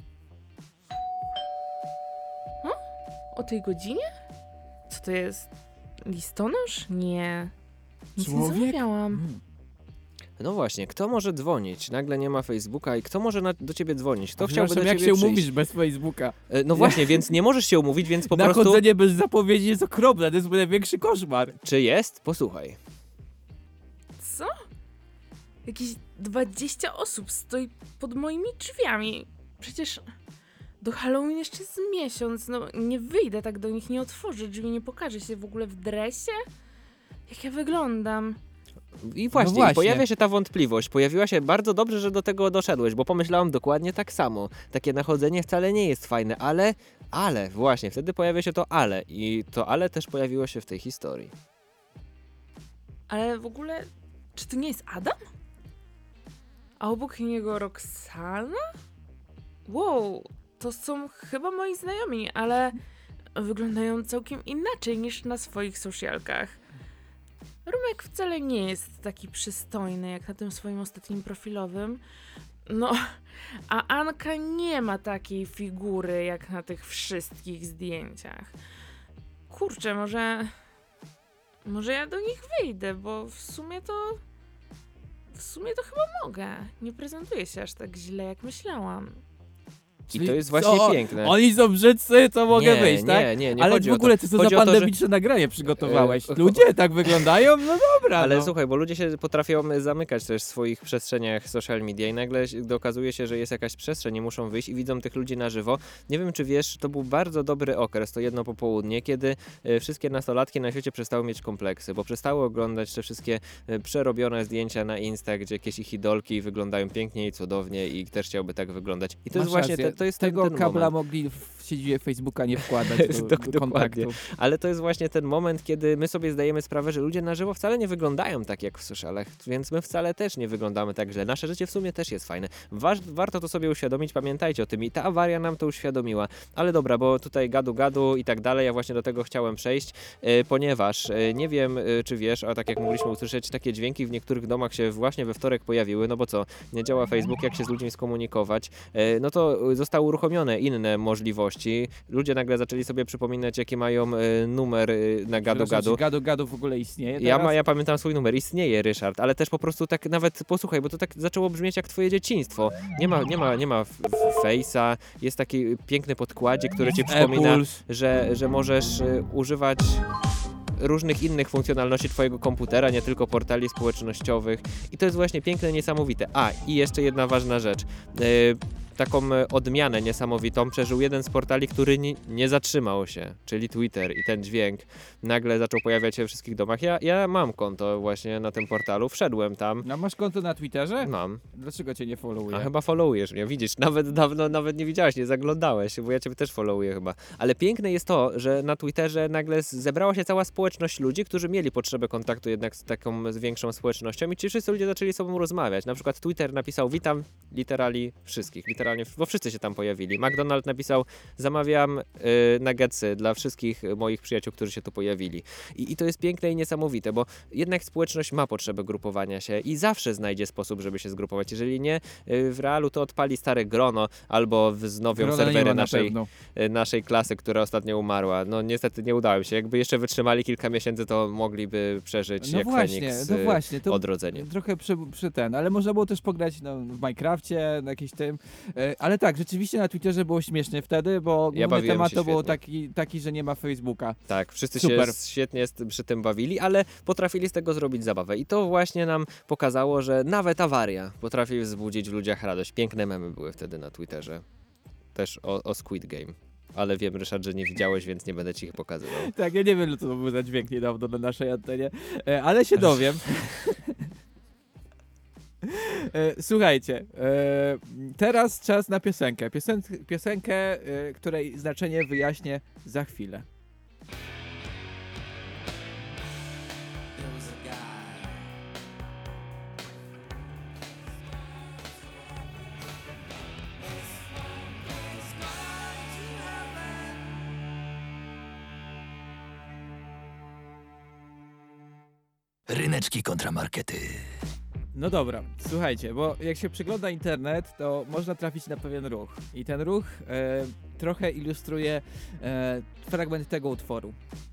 Speaker 12: O tej godzinie? Co to jest? Listonosz? Nie. Nic nie
Speaker 2: Człowiek?
Speaker 12: zamawiałam.
Speaker 3: No właśnie, kto może dzwonić? Nagle nie ma Facebooka i kto może na, do ciebie dzwonić? Kto chciałby do
Speaker 2: Przepraszam, jak
Speaker 3: ciebie
Speaker 2: się
Speaker 3: przyjść?
Speaker 2: umówisz bez Facebooka?
Speaker 3: E, No właśnie, więc nie możesz się umówić, więc po prostu...
Speaker 2: Nachodzenie bez zapowiedzi jest okropne, to jest największy koszmar.
Speaker 3: Czy jest? Posłuchaj.
Speaker 12: Co? Jakieś dwadzieścia osób stoi pod moimi drzwiami. Przecież do Halloween jeszcze z miesiąc. No nie wyjdę tak do nich, nie otworzę drzwi, nie pokażę się w ogóle w dresie. Jak ja wyglądam?
Speaker 3: I właśnie,
Speaker 2: No właśnie.
Speaker 3: I pojawia się ta wątpliwość. Pojawiła się bardzo dobrze, że do tego doszedłeś, bo pomyślałam dokładnie tak samo. Takie nachodzenie wcale nie jest fajne, ale, ale, właśnie, wtedy pojawia się to ale. I to ale też pojawiło się w tej historii.
Speaker 12: Ale w ogóle, czy to nie jest Adam? A obok niego Roxana? Wow, to są chyba moi znajomi, ale wyglądają całkiem inaczej niż na swoich socialkach. Rumek wcale nie jest taki przystojny jak na tym swoim ostatnim profilowym. No, a Anka nie ma takiej figury jak na tych wszystkich zdjęciach. Kurczę, może... Może ja do nich wyjdę, bo w sumie to... W sumie to chyba mogę. Nie prezentuję się aż tak źle, jak myślałam.
Speaker 3: I to jest właśnie
Speaker 2: co?
Speaker 3: piękne.
Speaker 2: Oni są brzydcy, to mogę
Speaker 3: Nie,
Speaker 2: wyjść, tak?
Speaker 3: nie, nie, nie
Speaker 2: Ale
Speaker 3: chodzi
Speaker 2: w
Speaker 3: o to.
Speaker 2: ogóle ty co za
Speaker 3: Chodzi o to, że-
Speaker 2: pandemiczne nagranie przygotowałeś?
Speaker 3: E,
Speaker 2: Ludzie tak wyglądają? No dobra,
Speaker 3: Ale
Speaker 2: no.
Speaker 3: słuchaj, bo ludzie się potrafią zamykać też w swoich przestrzeniach social media i nagle się- okazuje się, że jest jakaś przestrzeń i muszą wyjść i widzą tych ludzi na żywo. Nie wiem, czy wiesz, to był bardzo dobry okres, to jedno popołudnie, kiedy e, wszystkie nastolatki na świecie przestały mieć kompleksy, bo przestały oglądać te wszystkie e, przerobione zdjęcia na Insta, gdzie jakieś ich idolki wyglądają pięknie i cudownie i też chciałby tak wyglądać. I to
Speaker 2: Masz
Speaker 3: jest właśnie
Speaker 2: rację.
Speaker 3: te, to jest ten,
Speaker 2: Tego
Speaker 3: ten
Speaker 2: kabla
Speaker 3: moment.
Speaker 2: mogli w siedzibie Facebooka nie wkładać do,
Speaker 3: Dok-
Speaker 2: do
Speaker 3: dokładnie.
Speaker 2: kontaktu.
Speaker 3: Ale to jest właśnie ten moment, kiedy my sobie zdajemy sprawę, że ludzie na żywo wcale nie wyglądają tak jak w socialach, więc my wcale też nie wyglądamy tak źle. Nasze życie w sumie też jest fajne. Waż, warto to sobie uświadomić, pamiętajcie o tym i ta awaria nam to uświadomiła. Ale dobra, bo tutaj gadu gadu i tak dalej, ja właśnie do tego chciałem przejść, e, ponieważ e, nie wiem, e, czy wiesz, a tak jak mogliśmy usłyszeć, takie dźwięki w niektórych domach się właśnie we wtorek pojawiły, no bo co, nie działa Facebook, jak się z ludźmi skomunikować, e, no to e, zostały uruchomione inne możliwości. Ludzie nagle zaczęli sobie przypominać, jaki mają e, numer e, na gadu
Speaker 2: Przepraszam,
Speaker 3: gadu.
Speaker 2: czy Gadu Gadu w ogóle istnieje
Speaker 3: Ja,
Speaker 2: teraz?
Speaker 3: ma, ja pamiętam swój numer, istnieje Ryszard, ale też po prostu tak nawet, posłuchaj, bo to tak zaczęło brzmieć jak twoje dzieciństwo. Nie ma, nie ma, nie ma f- f- Face'a, jest taki piękny podkładzik, który ci przypomina,
Speaker 2: E-Puls.
Speaker 3: że, że możesz e, używać różnych innych funkcjonalności twojego komputera, nie tylko portali społecznościowych i to jest właśnie piękne, niesamowite. A, i jeszcze jedna ważna rzecz. E, taką e, odmianę niesamowitą przeżył jeden z portali, który nie, nie zatrzymał się, czyli Twitter i ten dźwięk nagle zaczął pojawiać się we wszystkich domach. Ja, ja mam konto właśnie na tym portalu, wszedłem tam.
Speaker 2: No masz konto na Twitterze?
Speaker 3: Mam.
Speaker 2: Dlaczego cię nie followuję?
Speaker 3: A chyba followujesz mnie, widzisz, nawet dawno nawet nie widziałeś, nie zaglądałeś, bo ja ciebie też followuję chyba. Ale piękne jest to, że na Twitterze nagle z- zebrała się cała społeczność ludzi, którzy mieli potrzebę kontaktu jednak z taką z większą społecznością i ci wszyscy ludzie zaczęli ze sobą rozmawiać. Na przykład Twitter napisał witam literali wszystkich, literalnie, bo wszyscy się tam pojawili. McDonald napisał zamawiam y, nuggetsy dla wszystkich moich przyjaciół, którzy się tu pojawili. I, I to jest piękne i niesamowite, bo jednak społeczność ma potrzebę grupowania się i zawsze znajdzie sposób, żeby się zgrupować. Jeżeli nie y, w realu, to odpali stare grono albo wznowią
Speaker 2: Grona nie ma
Speaker 3: serwery
Speaker 2: na
Speaker 3: naszej,
Speaker 2: pewno.
Speaker 3: y, naszej klasy, która ostatnio umarła. No niestety nie udało mi się. Jakby jeszcze wytrzymali kilka miesięcy, to mogliby przeżyć
Speaker 2: No
Speaker 3: jak
Speaker 2: właśnie,
Speaker 3: Feniks
Speaker 2: no
Speaker 3: y,
Speaker 2: właśnie, to
Speaker 3: odrodzenie.
Speaker 2: trochę przy, przy ten, ale można było też pograć no, w Minecrafcie, na jakimś tym, e, ale tak, rzeczywiście na Twitterze było śmiesznie wtedy, bo główny
Speaker 3: bawiłem
Speaker 2: temat
Speaker 3: się
Speaker 2: to było
Speaker 3: świetnie.
Speaker 2: taki, taki, że nie ma Facebooka.
Speaker 3: Tak, wszyscy
Speaker 2: Super.
Speaker 3: się świetnie z tym- przy tym bawili, ale potrafili z tego zrobić zabawę. I to właśnie nam pokazało, że nawet awaria potrafi wzbudzić w ludziach radość. Piękne memy były wtedy na Twitterze. Też o, o Squid Game. Ale wiem, Ryszard, że nie widziałeś, więc nie będę ci ich pokazywał.
Speaker 2: Tak, ja nie wiem, co to był za dźwięk niedawno na naszej antenie, e, ale się dowiem. E, Słuchajcie, e, teraz czas na piosenkę. Piosen piosenkę, e, której znaczenie wyjaśnię za chwilę.
Speaker 1: Ryneczki kontramarkety.
Speaker 2: No dobra, słuchajcie, bo jak się przegląda internet, to można trafić na pewien ruch. I ten ruch e, trochę ilustruje e, fragment tego utworu.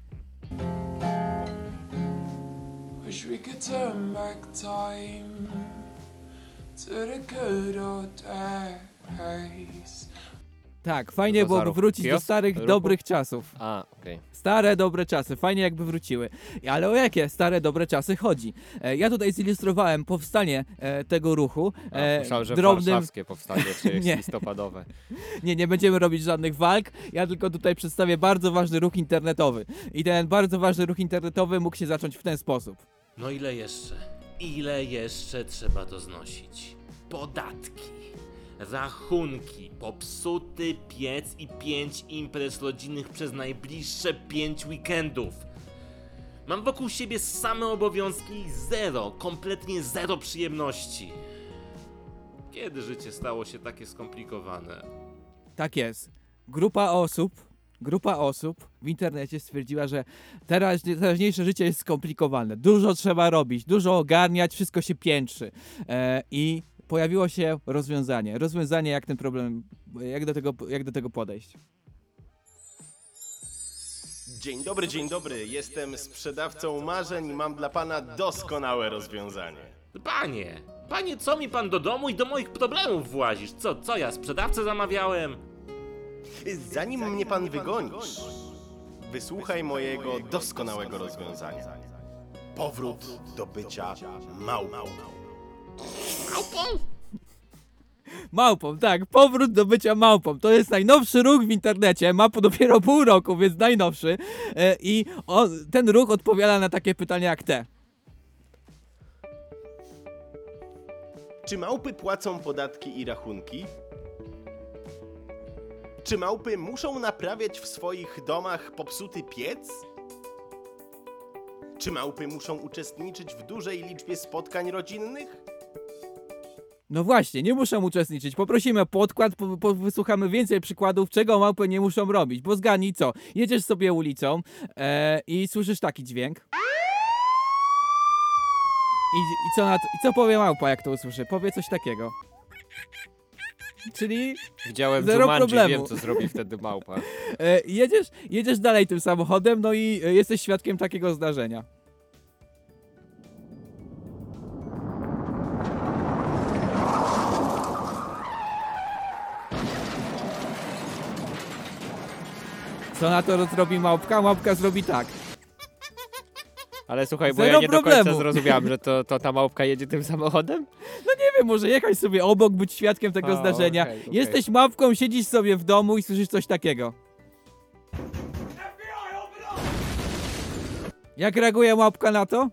Speaker 18: Wish we could turn back time to the good old days.
Speaker 2: Tak, fajnie
Speaker 3: To
Speaker 2: byłoby
Speaker 3: za ruch
Speaker 2: wrócić do
Speaker 3: kiosk?
Speaker 2: starych,
Speaker 3: Ruchu?
Speaker 2: dobrych czasów.
Speaker 3: A, okej.
Speaker 2: Stare, dobre czasy. Fajnie jakby wróciły. Ale o jakie stare, dobre czasy chodzi? E, ja tutaj zilustrowałem powstanie e, tego ruchu.
Speaker 3: A,
Speaker 2: E,
Speaker 3: myślałem, że
Speaker 2: drobnym...
Speaker 3: warszawskie powstanie, czy
Speaker 2: Nie.
Speaker 3: listopadowe.
Speaker 2: Nie, nie będziemy robić żadnych walk. Ja tylko tutaj przedstawię bardzo ważny ruch internetowy. I ten bardzo ważny ruch internetowy mógł się zacząć w ten sposób.
Speaker 13: No ile jeszcze? Ile jeszcze trzeba to znosić? Podatki, rachunki, popsuty piec i pięć imprez rodzinnych przez najbliższe pięć weekendów. Mam wokół siebie same obowiązki i zero, kompletnie zero przyjemności. Kiedy życie stało się takie skomplikowane?
Speaker 2: Tak jest. Grupa osób, grupa osób w internecie stwierdziła, że teraz, teraźniejsze życie jest skomplikowane. Dużo trzeba robić, dużo ogarniać, wszystko się piętrzy. E, I pojawiło się rozwiązanie. Rozwiązanie, jak ten problem, jak do tego, jak do tego podejść.
Speaker 20: Dzień dobry, dzień dobry. Jestem sprzedawcą marzeń i mam dla pana doskonałe rozwiązanie.
Speaker 13: Panie, panie, co mi pan do domu i do moich problemów włazisz? Co, co ja, sprzedawcę zamawiałem?
Speaker 20: Zanim mnie pan wygonisz, wysłuchaj mojego doskonałego rozwiązania. Powrót do bycia małpą.
Speaker 13: Małpą?
Speaker 2: Małpą, tak, powrót do bycia małpą. To jest najnowszy ruch w internecie, ma po dopiero pół roku, więc najnowszy. E, I on, ten ruch odpowiada na takie pytania jak te.
Speaker 20: Czy małpy płacą podatki i rachunki? Czy małpy muszą naprawiać w swoich domach popsuty piec? Czy małpy muszą uczestniczyć w dużej liczbie spotkań rodzinnych?
Speaker 2: No właśnie, nie muszą uczestniczyć. Poprosimy o podkład, po, po, wysłuchamy więcej przykładów, czego małpy nie muszą robić. Bo zgadnij co, jedziesz sobie ulicą e, i słyszysz taki dźwięk. I, i, co na to, I co powie małpa, jak to usłyszy? Powie coś takiego. Czyli
Speaker 3: Widziałem
Speaker 2: zero
Speaker 3: Jumanji,
Speaker 2: problemu.
Speaker 3: wiem co zrobi wtedy małpa.
Speaker 2: E, jedziesz, jedziesz dalej tym samochodem, no i e, jesteś świadkiem takiego zdarzenia. Co na to zrobi małpka? Małpka zrobi tak.
Speaker 3: Ale słuchaj, bo
Speaker 2: Zero
Speaker 3: ja nie
Speaker 2: problemu.
Speaker 3: do końca zrozumiałam, że to, to ta małpka jedzie tym samochodem?
Speaker 2: No nie wiem, może jechać sobie obok, być świadkiem tego
Speaker 3: O,
Speaker 2: zdarzenia.
Speaker 3: okej, okej.
Speaker 2: Jesteś małpką, siedzisz sobie w domu i słyszysz coś takiego. Jak reaguje małpka na to?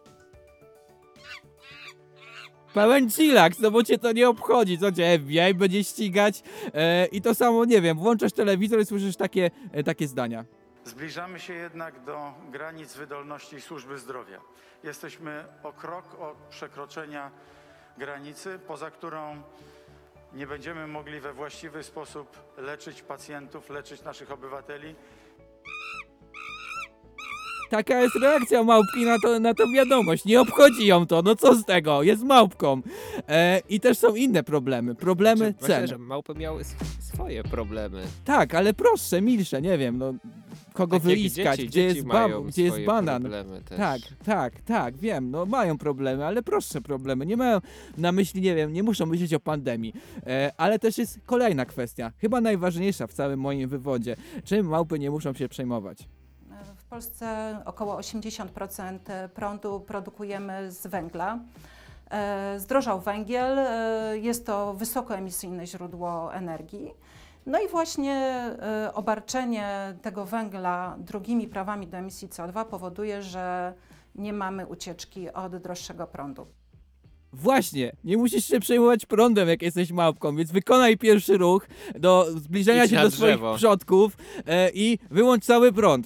Speaker 2: Pełen chillaks, no bo cię to nie obchodzi, co cię F B I będzie ścigać e, i to samo, nie wiem, włączasz telewizor i słyszysz takie, e, takie zdania.
Speaker 21: Zbliżamy się jednak do granic wydolności służby zdrowia. Jesteśmy o krok od przekroczenia granicy, poza którą nie będziemy mogli we właściwy sposób leczyć pacjentów, leczyć naszych obywateli.
Speaker 2: Taka jest reakcja małpki na to, na tą wiadomość. Nie obchodzi ją to, no co z tego, jest małpką. E, I też są inne problemy, problemy
Speaker 3: Znaczy, Myślę,
Speaker 2: cen.
Speaker 3: że małpy miały sw- swoje problemy.
Speaker 2: Tak, ale prostsze, milsze, nie wiem, no kogo
Speaker 3: Tak jak
Speaker 2: wyliskać,
Speaker 3: dzieci,
Speaker 2: gdzie,
Speaker 3: dzieci
Speaker 2: jest, ba-
Speaker 3: mają
Speaker 2: gdzie jest
Speaker 3: swoje
Speaker 2: banan.
Speaker 3: problemy też.
Speaker 2: Tak, tak, tak, wiem, no mają problemy, ale prostsze problemy. Nie mają na myśli, nie wiem, nie muszą myśleć o pandemii. E, ale też jest kolejna kwestia, chyba najważniejsza w całym moim wywodzie. Czym małpy nie muszą się przejmować?
Speaker 22: W Polsce około osiemdziesiąt procent prądu produkujemy z węgla. E, Zdrożał węgiel, e, jest to wysokoemisyjne źródło energii. No i właśnie e, obarczenie tego węgla drugimi prawami do emisji C O dwa powoduje, że nie mamy ucieczki od droższego prądu.
Speaker 2: Właśnie, nie musisz się przejmować prądem, jak jesteś małpką, więc wykonaj pierwszy ruch do zbliżenia
Speaker 3: Idź
Speaker 2: się
Speaker 3: na
Speaker 2: do swoich
Speaker 3: drzewo.
Speaker 2: przodków e, i wyłącz cały prąd.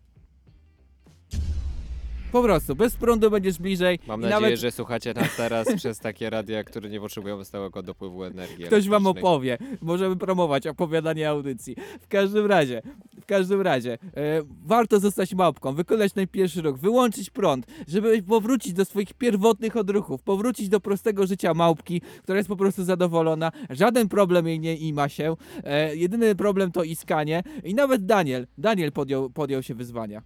Speaker 2: Po prostu, bez prądu będziesz bliżej.
Speaker 3: Mam
Speaker 2: i
Speaker 3: nadzieję,
Speaker 2: nawet
Speaker 3: że słuchacie nas teraz przez takie radia, które nie potrzebują stałego dopływu energii.
Speaker 2: ktoś wam
Speaker 3: elektrycznej.
Speaker 2: opowie. Możemy promować opowiadanie audycji. W każdym razie, w każdym razie, e, warto zostać małpką, wykonać ten pierwszy ruch, wyłączyć prąd, żeby powrócić do swoich pierwotnych odruchów, powrócić do prostego życia małpki, która jest po prostu zadowolona. Żaden problem jej nie ima się. E, jedyny problem to iskanie. I nawet Daniel, Daniel podjął, podjął się wyzwania.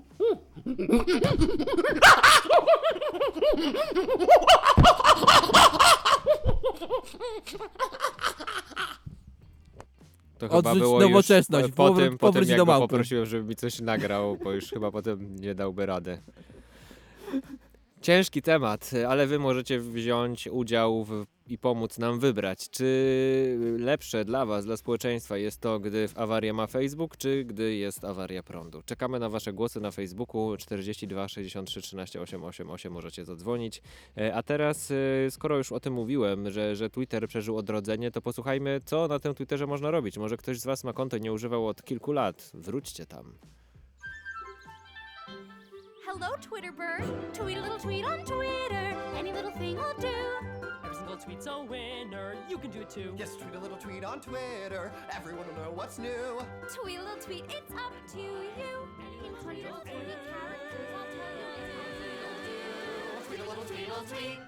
Speaker 3: To chyba
Speaker 2: Odrzuć
Speaker 3: było
Speaker 2: nowoczesność,
Speaker 3: już po
Speaker 2: powró-
Speaker 3: tym, po
Speaker 2: powróć
Speaker 3: tym jak
Speaker 2: do
Speaker 3: go
Speaker 2: małpy.
Speaker 3: poprosiłem, żeby mi coś nagrał, bo już chyba potem nie dałby rady. Ciężki temat, ale wy możecie wziąć udział w, i pomóc nam wybrać, czy lepsze dla was, dla społeczeństwa jest to, gdy awaria ma Facebook, czy gdy jest awaria prądu. Czekamy na wasze głosy na Facebooku czterdzieści dwa sześćdziesiąt trzy trzynaście osiemset osiemdziesiąt osiem, możecie zadzwonić. E, A teraz, e, skoro już o tym mówiłem, że, że Twitter przeżył odrodzenie, to posłuchajmy, co na tym Twitterze można robić. Może ktoś z was ma konto i nie używał od kilku lat. Wróćcie tam.
Speaker 7: Hello, Twitter bird. Tweet a little tweet on Twitter. Any little thing will do.
Speaker 5: Every single tweet's a winner. You can do it too.
Speaker 6: Yes, tweet a little tweet on Twitter. Everyone will know what's new.
Speaker 7: Tweet a little tweet, it's up to you. In twenty little twenty characters, I'll tell you it's
Speaker 6: Tweet a little tweet on tweet.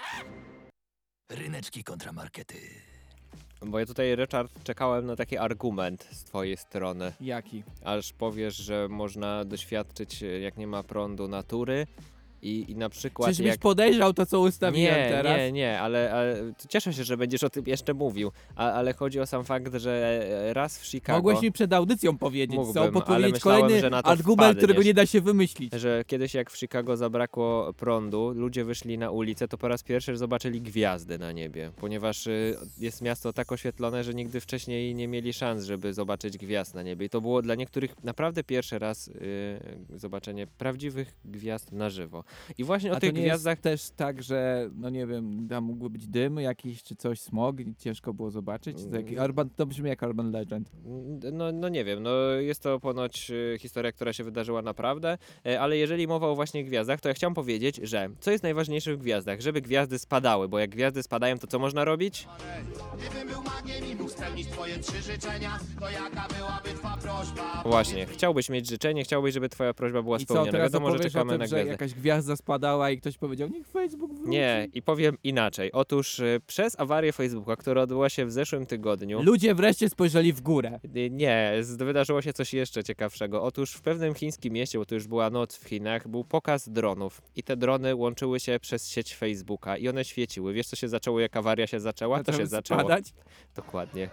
Speaker 1: Ryneczki kontramarkety.
Speaker 3: Bo ja tutaj, Richard, czekałem na taki argument z twojej strony.
Speaker 2: Jaki?
Speaker 3: Aż powiesz, że można doświadczyć, jak nie ma prądu, natury i, i na przykład
Speaker 2: Czyżbyś
Speaker 3: jak...
Speaker 2: podejrzał to, co ustawiłem
Speaker 3: nie,
Speaker 2: teraz?
Speaker 3: Nie, nie, ale, ale cieszę się, że będziesz o tym jeszcze mówił, A, ale chodzi o sam fakt, że raz w Chicago...
Speaker 2: Mogłeś mi przed audycją powiedzieć,
Speaker 3: Mógłbym,
Speaker 2: co?
Speaker 3: ale
Speaker 2: Podpowiedzieć
Speaker 3: myślałem,
Speaker 2: kolejny
Speaker 3: że na to
Speaker 2: argument,
Speaker 3: wpadniesz.
Speaker 2: którego nie da się wymyślić.
Speaker 3: Że kiedyś jak w Chicago zabrakło prądu, ludzie wyszli na ulicę, to po raz pierwszy zobaczyli gwiazdy na niebie, ponieważ y, jest miasto tak oświetlone, że nigdy wcześniej nie mieli szans, żeby zobaczyć gwiazd na niebie. I to było dla niektórych naprawdę pierwszy raz y, zobaczenie prawdziwych gwiazd na żywo. I właśnie o
Speaker 2: A
Speaker 3: tych
Speaker 2: to nie
Speaker 3: gwiazdach...
Speaker 2: jest też tak, że no nie wiem, tam mógłby być dym jakiś, czy coś, smog i ciężko było zobaczyć? To, taki urban, to brzmi jak urban legend.
Speaker 3: No, no nie wiem, no jest to ponoć y, historia, która się wydarzyła naprawdę, y, ale jeżeli mowa o właśnie gwiazdach, to ja chciałem powiedzieć, że co jest najważniejsze w gwiazdach? Żeby gwiazdy spadały, bo jak gwiazdy spadają, to co można robić?
Speaker 6: Gdybym był magiem i mógł spełnić twoje trzy życzenia, to jaka byłaby twa prośba?
Speaker 3: Właśnie, chciałbyś mieć życzenie, chciałbyś, żeby twoja prośba była
Speaker 2: I co,
Speaker 3: spełniona.
Speaker 2: teraz
Speaker 3: Wiadomo, że
Speaker 2: opowiesz
Speaker 3: czekamy
Speaker 2: o tym,
Speaker 3: na
Speaker 2: że
Speaker 3: gwiazdy.
Speaker 2: jakaś gwiazda spadała i ktoś powiedział, niech Facebook wróci.
Speaker 3: Nie, i powiem inaczej. Otóż y, przez awarię Facebooka, która odbyła się w zeszłym tygodniu...
Speaker 2: Ludzie wreszcie spojrzeli w górę.
Speaker 3: Y, Nie, z- wydarzyło się coś jeszcze ciekawszego. Otóż w pewnym chińskim mieście, bo to już była noc w Chinach, był pokaz dronów i te drony łączyły się przez sieć Facebooka i one świeciły. Wiesz, co się zaczęło, jak awaria się zaczęła? To
Speaker 2: Zaczęły
Speaker 3: się zaczęło.
Speaker 2: spadać?
Speaker 3: Dokładnie.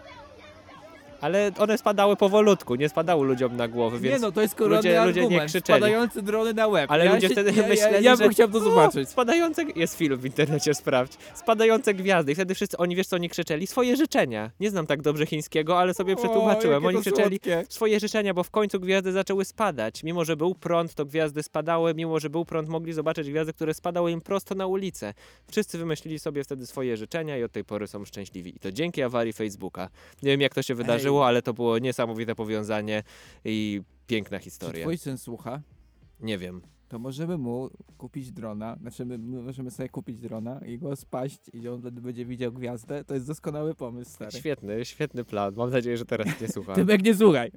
Speaker 3: Ale one spadały powolutku, nie spadały ludziom na głowy, więc
Speaker 2: Nie no, to jest
Speaker 3: ludzie,
Speaker 2: kolejny
Speaker 3: ludzie nie
Speaker 2: argument.
Speaker 3: krzyczeli.
Speaker 2: Spadające drony na łeb.
Speaker 3: Ale
Speaker 2: ja
Speaker 3: ludzie
Speaker 2: się,
Speaker 3: wtedy
Speaker 2: ja,
Speaker 3: myśleli,
Speaker 2: ja, ja
Speaker 3: że
Speaker 2: bym chciał to
Speaker 3: o,
Speaker 2: zobaczyć.
Speaker 3: Spadające... Jest film w internecie, sprawdź. Spadające gwiazdy. I wtedy wszyscy, oni wiesz co oni krzyczeli? Swoje życzenia. Nie znam tak dobrze chińskiego, ale sobie przetłumaczyłem.
Speaker 2: jakie
Speaker 3: Oni
Speaker 2: to
Speaker 3: krzyczeli
Speaker 2: słodkie.
Speaker 3: swoje życzenia, bo w końcu gwiazdy zaczęły spadać. Mimo, że był prąd, to gwiazdy spadały. Mimo, że był prąd, mogli zobaczyć gwiazdy, które spadały im prosto na ulicę. Wszyscy wymyślili sobie wtedy swoje życzenia i od tej pory są szczęśliwi. I to dzięki awarii Facebooka. Nie wiem, jak to się wydarzyło, ale to było niesamowite powiązanie i piękna
Speaker 2: Czy
Speaker 3: historia.
Speaker 2: twój syn słucha?
Speaker 3: Nie wiem.
Speaker 2: To możemy mu kupić drona, znaczy my, my możemy sobie kupić drona i go spaść i on wtedy będzie widział gwiazdę. To jest doskonały pomysł, stary.
Speaker 3: Świetny, świetny plan. Mam nadzieję, że teraz nie słucha.
Speaker 2: Tymek, nie słuchaj.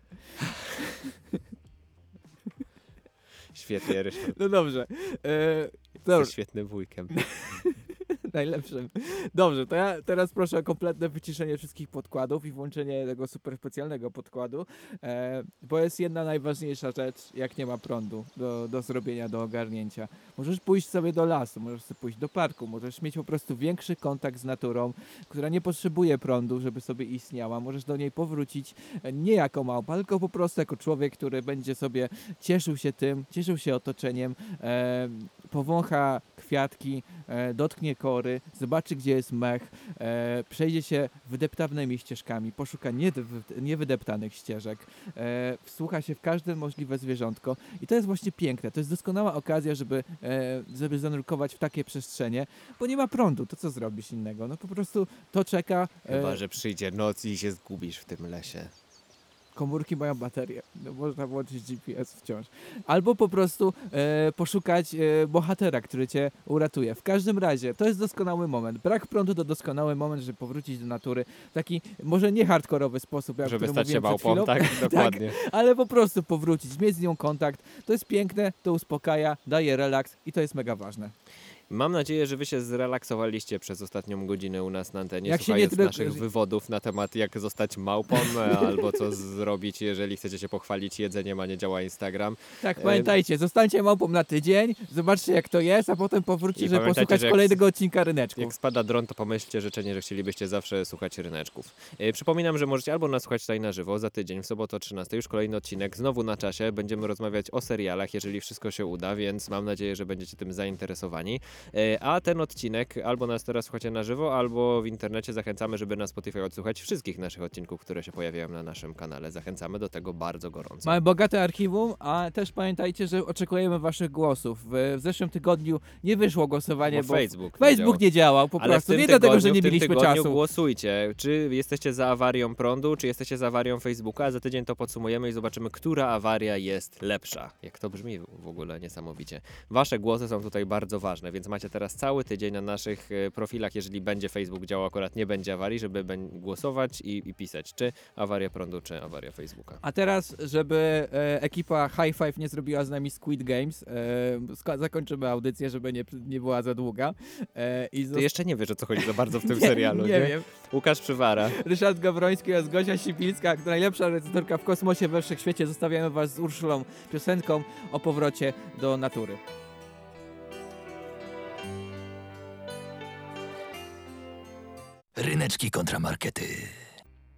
Speaker 3: Świetnie, Ryszard.
Speaker 2: No dobrze. E,
Speaker 3: Jesteś świetnym wujkiem.
Speaker 2: Najlepszym. Dobrze, to ja teraz proszę o kompletne wyciszenie wszystkich podkładów i włączenie tego super specjalnego podkładu, e, bo jest jedna najważniejsza rzecz, jak nie ma prądu do, do zrobienia, do ogarnięcia. Możesz pójść sobie do lasu, możesz sobie pójść do parku, możesz mieć po prostu większy kontakt z naturą, która nie potrzebuje prądu, żeby sobie istniała. Możesz do niej powrócić e, nie jako małpa, tylko po prostu jako człowiek, który będzie sobie cieszył się tym, cieszył się otoczeniem, e, powącha kwiatki, e, dotknie kory, zobaczy, gdzie jest mech, e, przejdzie się wydeptanymi ścieżkami, poszuka nied- niewydeptanych ścieżek, e, wsłucha się w każde możliwe zwierzątko i to jest właśnie piękne. To jest doskonała okazja, żeby, e, żeby zanurkować w takie przestrzenie, bo nie ma prądu, to co zrobisz innego? No po prostu to czeka. E,
Speaker 3: Chyba, że przyjdzie noc i się zgubisz w tym lesie.
Speaker 2: Komórki mają baterię, no można włączyć G P S wciąż. Albo po prostu e, poszukać e, bohatera, który cię uratuje. W każdym razie, to jest doskonały moment. Brak prądu to doskonały moment, żeby powrócić do natury. W taki, może nie hardkorowy sposób, jak
Speaker 3: Żeby
Speaker 2: który
Speaker 3: stać się
Speaker 2: mówiłem przed
Speaker 3: małpą,
Speaker 2: chwilą.
Speaker 3: tak? Dokładnie.
Speaker 2: Ale po prostu powrócić, mieć z nią kontakt. To jest piękne, to uspokaja, daje relaks i to jest mega ważne.
Speaker 3: Mam nadzieję, że wy się zrelaksowaliście przez ostatnią godzinę u nas na antenie,
Speaker 2: Jak się
Speaker 3: słuchając
Speaker 2: nie tyle-
Speaker 3: naszych wywodów na temat jak zostać małpą, albo co zrobić, jeżeli chcecie się pochwalić jedzeniem, a nie działa Instagram.
Speaker 2: Tak,
Speaker 3: E,
Speaker 2: pamiętajcie, zostańcie małpą na tydzień, zobaczcie jak to jest, a potem powróćcie,
Speaker 3: I
Speaker 2: żeby
Speaker 3: pamiętajcie,
Speaker 2: posłuchać
Speaker 3: że jak-
Speaker 2: kolejnego odcinka Ryneczków.
Speaker 3: Jak spada dron, to pomyślcie życzenie, że chcielibyście zawsze słuchać Ryneczków. E, przypominam, że możecie albo nas słuchać tutaj na żywo, za tydzień, w sobotę o trzynastej, już kolejny odcinek, znowu na czasie. Będziemy rozmawiać o serialach, jeżeli wszystko się uda, więc mam nadzieję, że będziecie tym zainteresowani. E, a ten odcinek albo nas teraz słuchacie na żywo, albo w internecie. Zachęcamy, żeby na Spotify odsłuchać wszystkich naszych odcinków, które się pojawiają na naszym kanale. Zachęcamy do tego bardzo gorąco.
Speaker 2: Mamy bogate archiwum, a też pamiętajcie, że oczekujemy waszych głosów. W, w zeszłym tygodniu nie wyszło głosowanie,
Speaker 3: Bo
Speaker 2: bo
Speaker 3: Facebook nie
Speaker 2: Facebook
Speaker 3: działał.
Speaker 2: nie działał, po
Speaker 3: Ale w
Speaker 2: prostu.
Speaker 3: tym
Speaker 2: Nie dlatego, że
Speaker 3: tygodniu-
Speaker 2: nie
Speaker 3: w tym
Speaker 2: mieliśmy
Speaker 3: tygodniu
Speaker 2: czasu.
Speaker 3: Głosujcie, czy jesteście za awarią prądu, czy jesteście za awarią Facebooka, a za tydzień to podsumujemy i zobaczymy, która awaria jest lepsza. Jak to brzmi w ogóle niesamowicie. Wasze głosy są tutaj bardzo ważne, więc macie teraz cały tydzień na naszych e, profilach, jeżeli będzie Facebook działał, akurat nie będzie awarii, żeby beń- głosować i, i pisać, czy awaria prądu, czy awaria Facebooka.
Speaker 2: A teraz, żeby e, ekipa High Five nie zrobiła z nami Squid Games, e, sko- zakończymy audycję, żeby nie, nie była za długa. E, i
Speaker 3: Ty jeszcze nie wiesz, o co chodzi za bardzo w tym
Speaker 2: Nie,
Speaker 3: serialu,
Speaker 2: nie
Speaker 3: nie?
Speaker 2: wiem.
Speaker 3: Łukasz Przywara.
Speaker 2: Ryszard Gawroński oraz Gosia Sipińska, najlepsza recytorka w kosmosie we wszechświecie. Zostawiamy was z Urszulą piosenką o powrocie do natury.
Speaker 1: Ryneczki kontramarkety.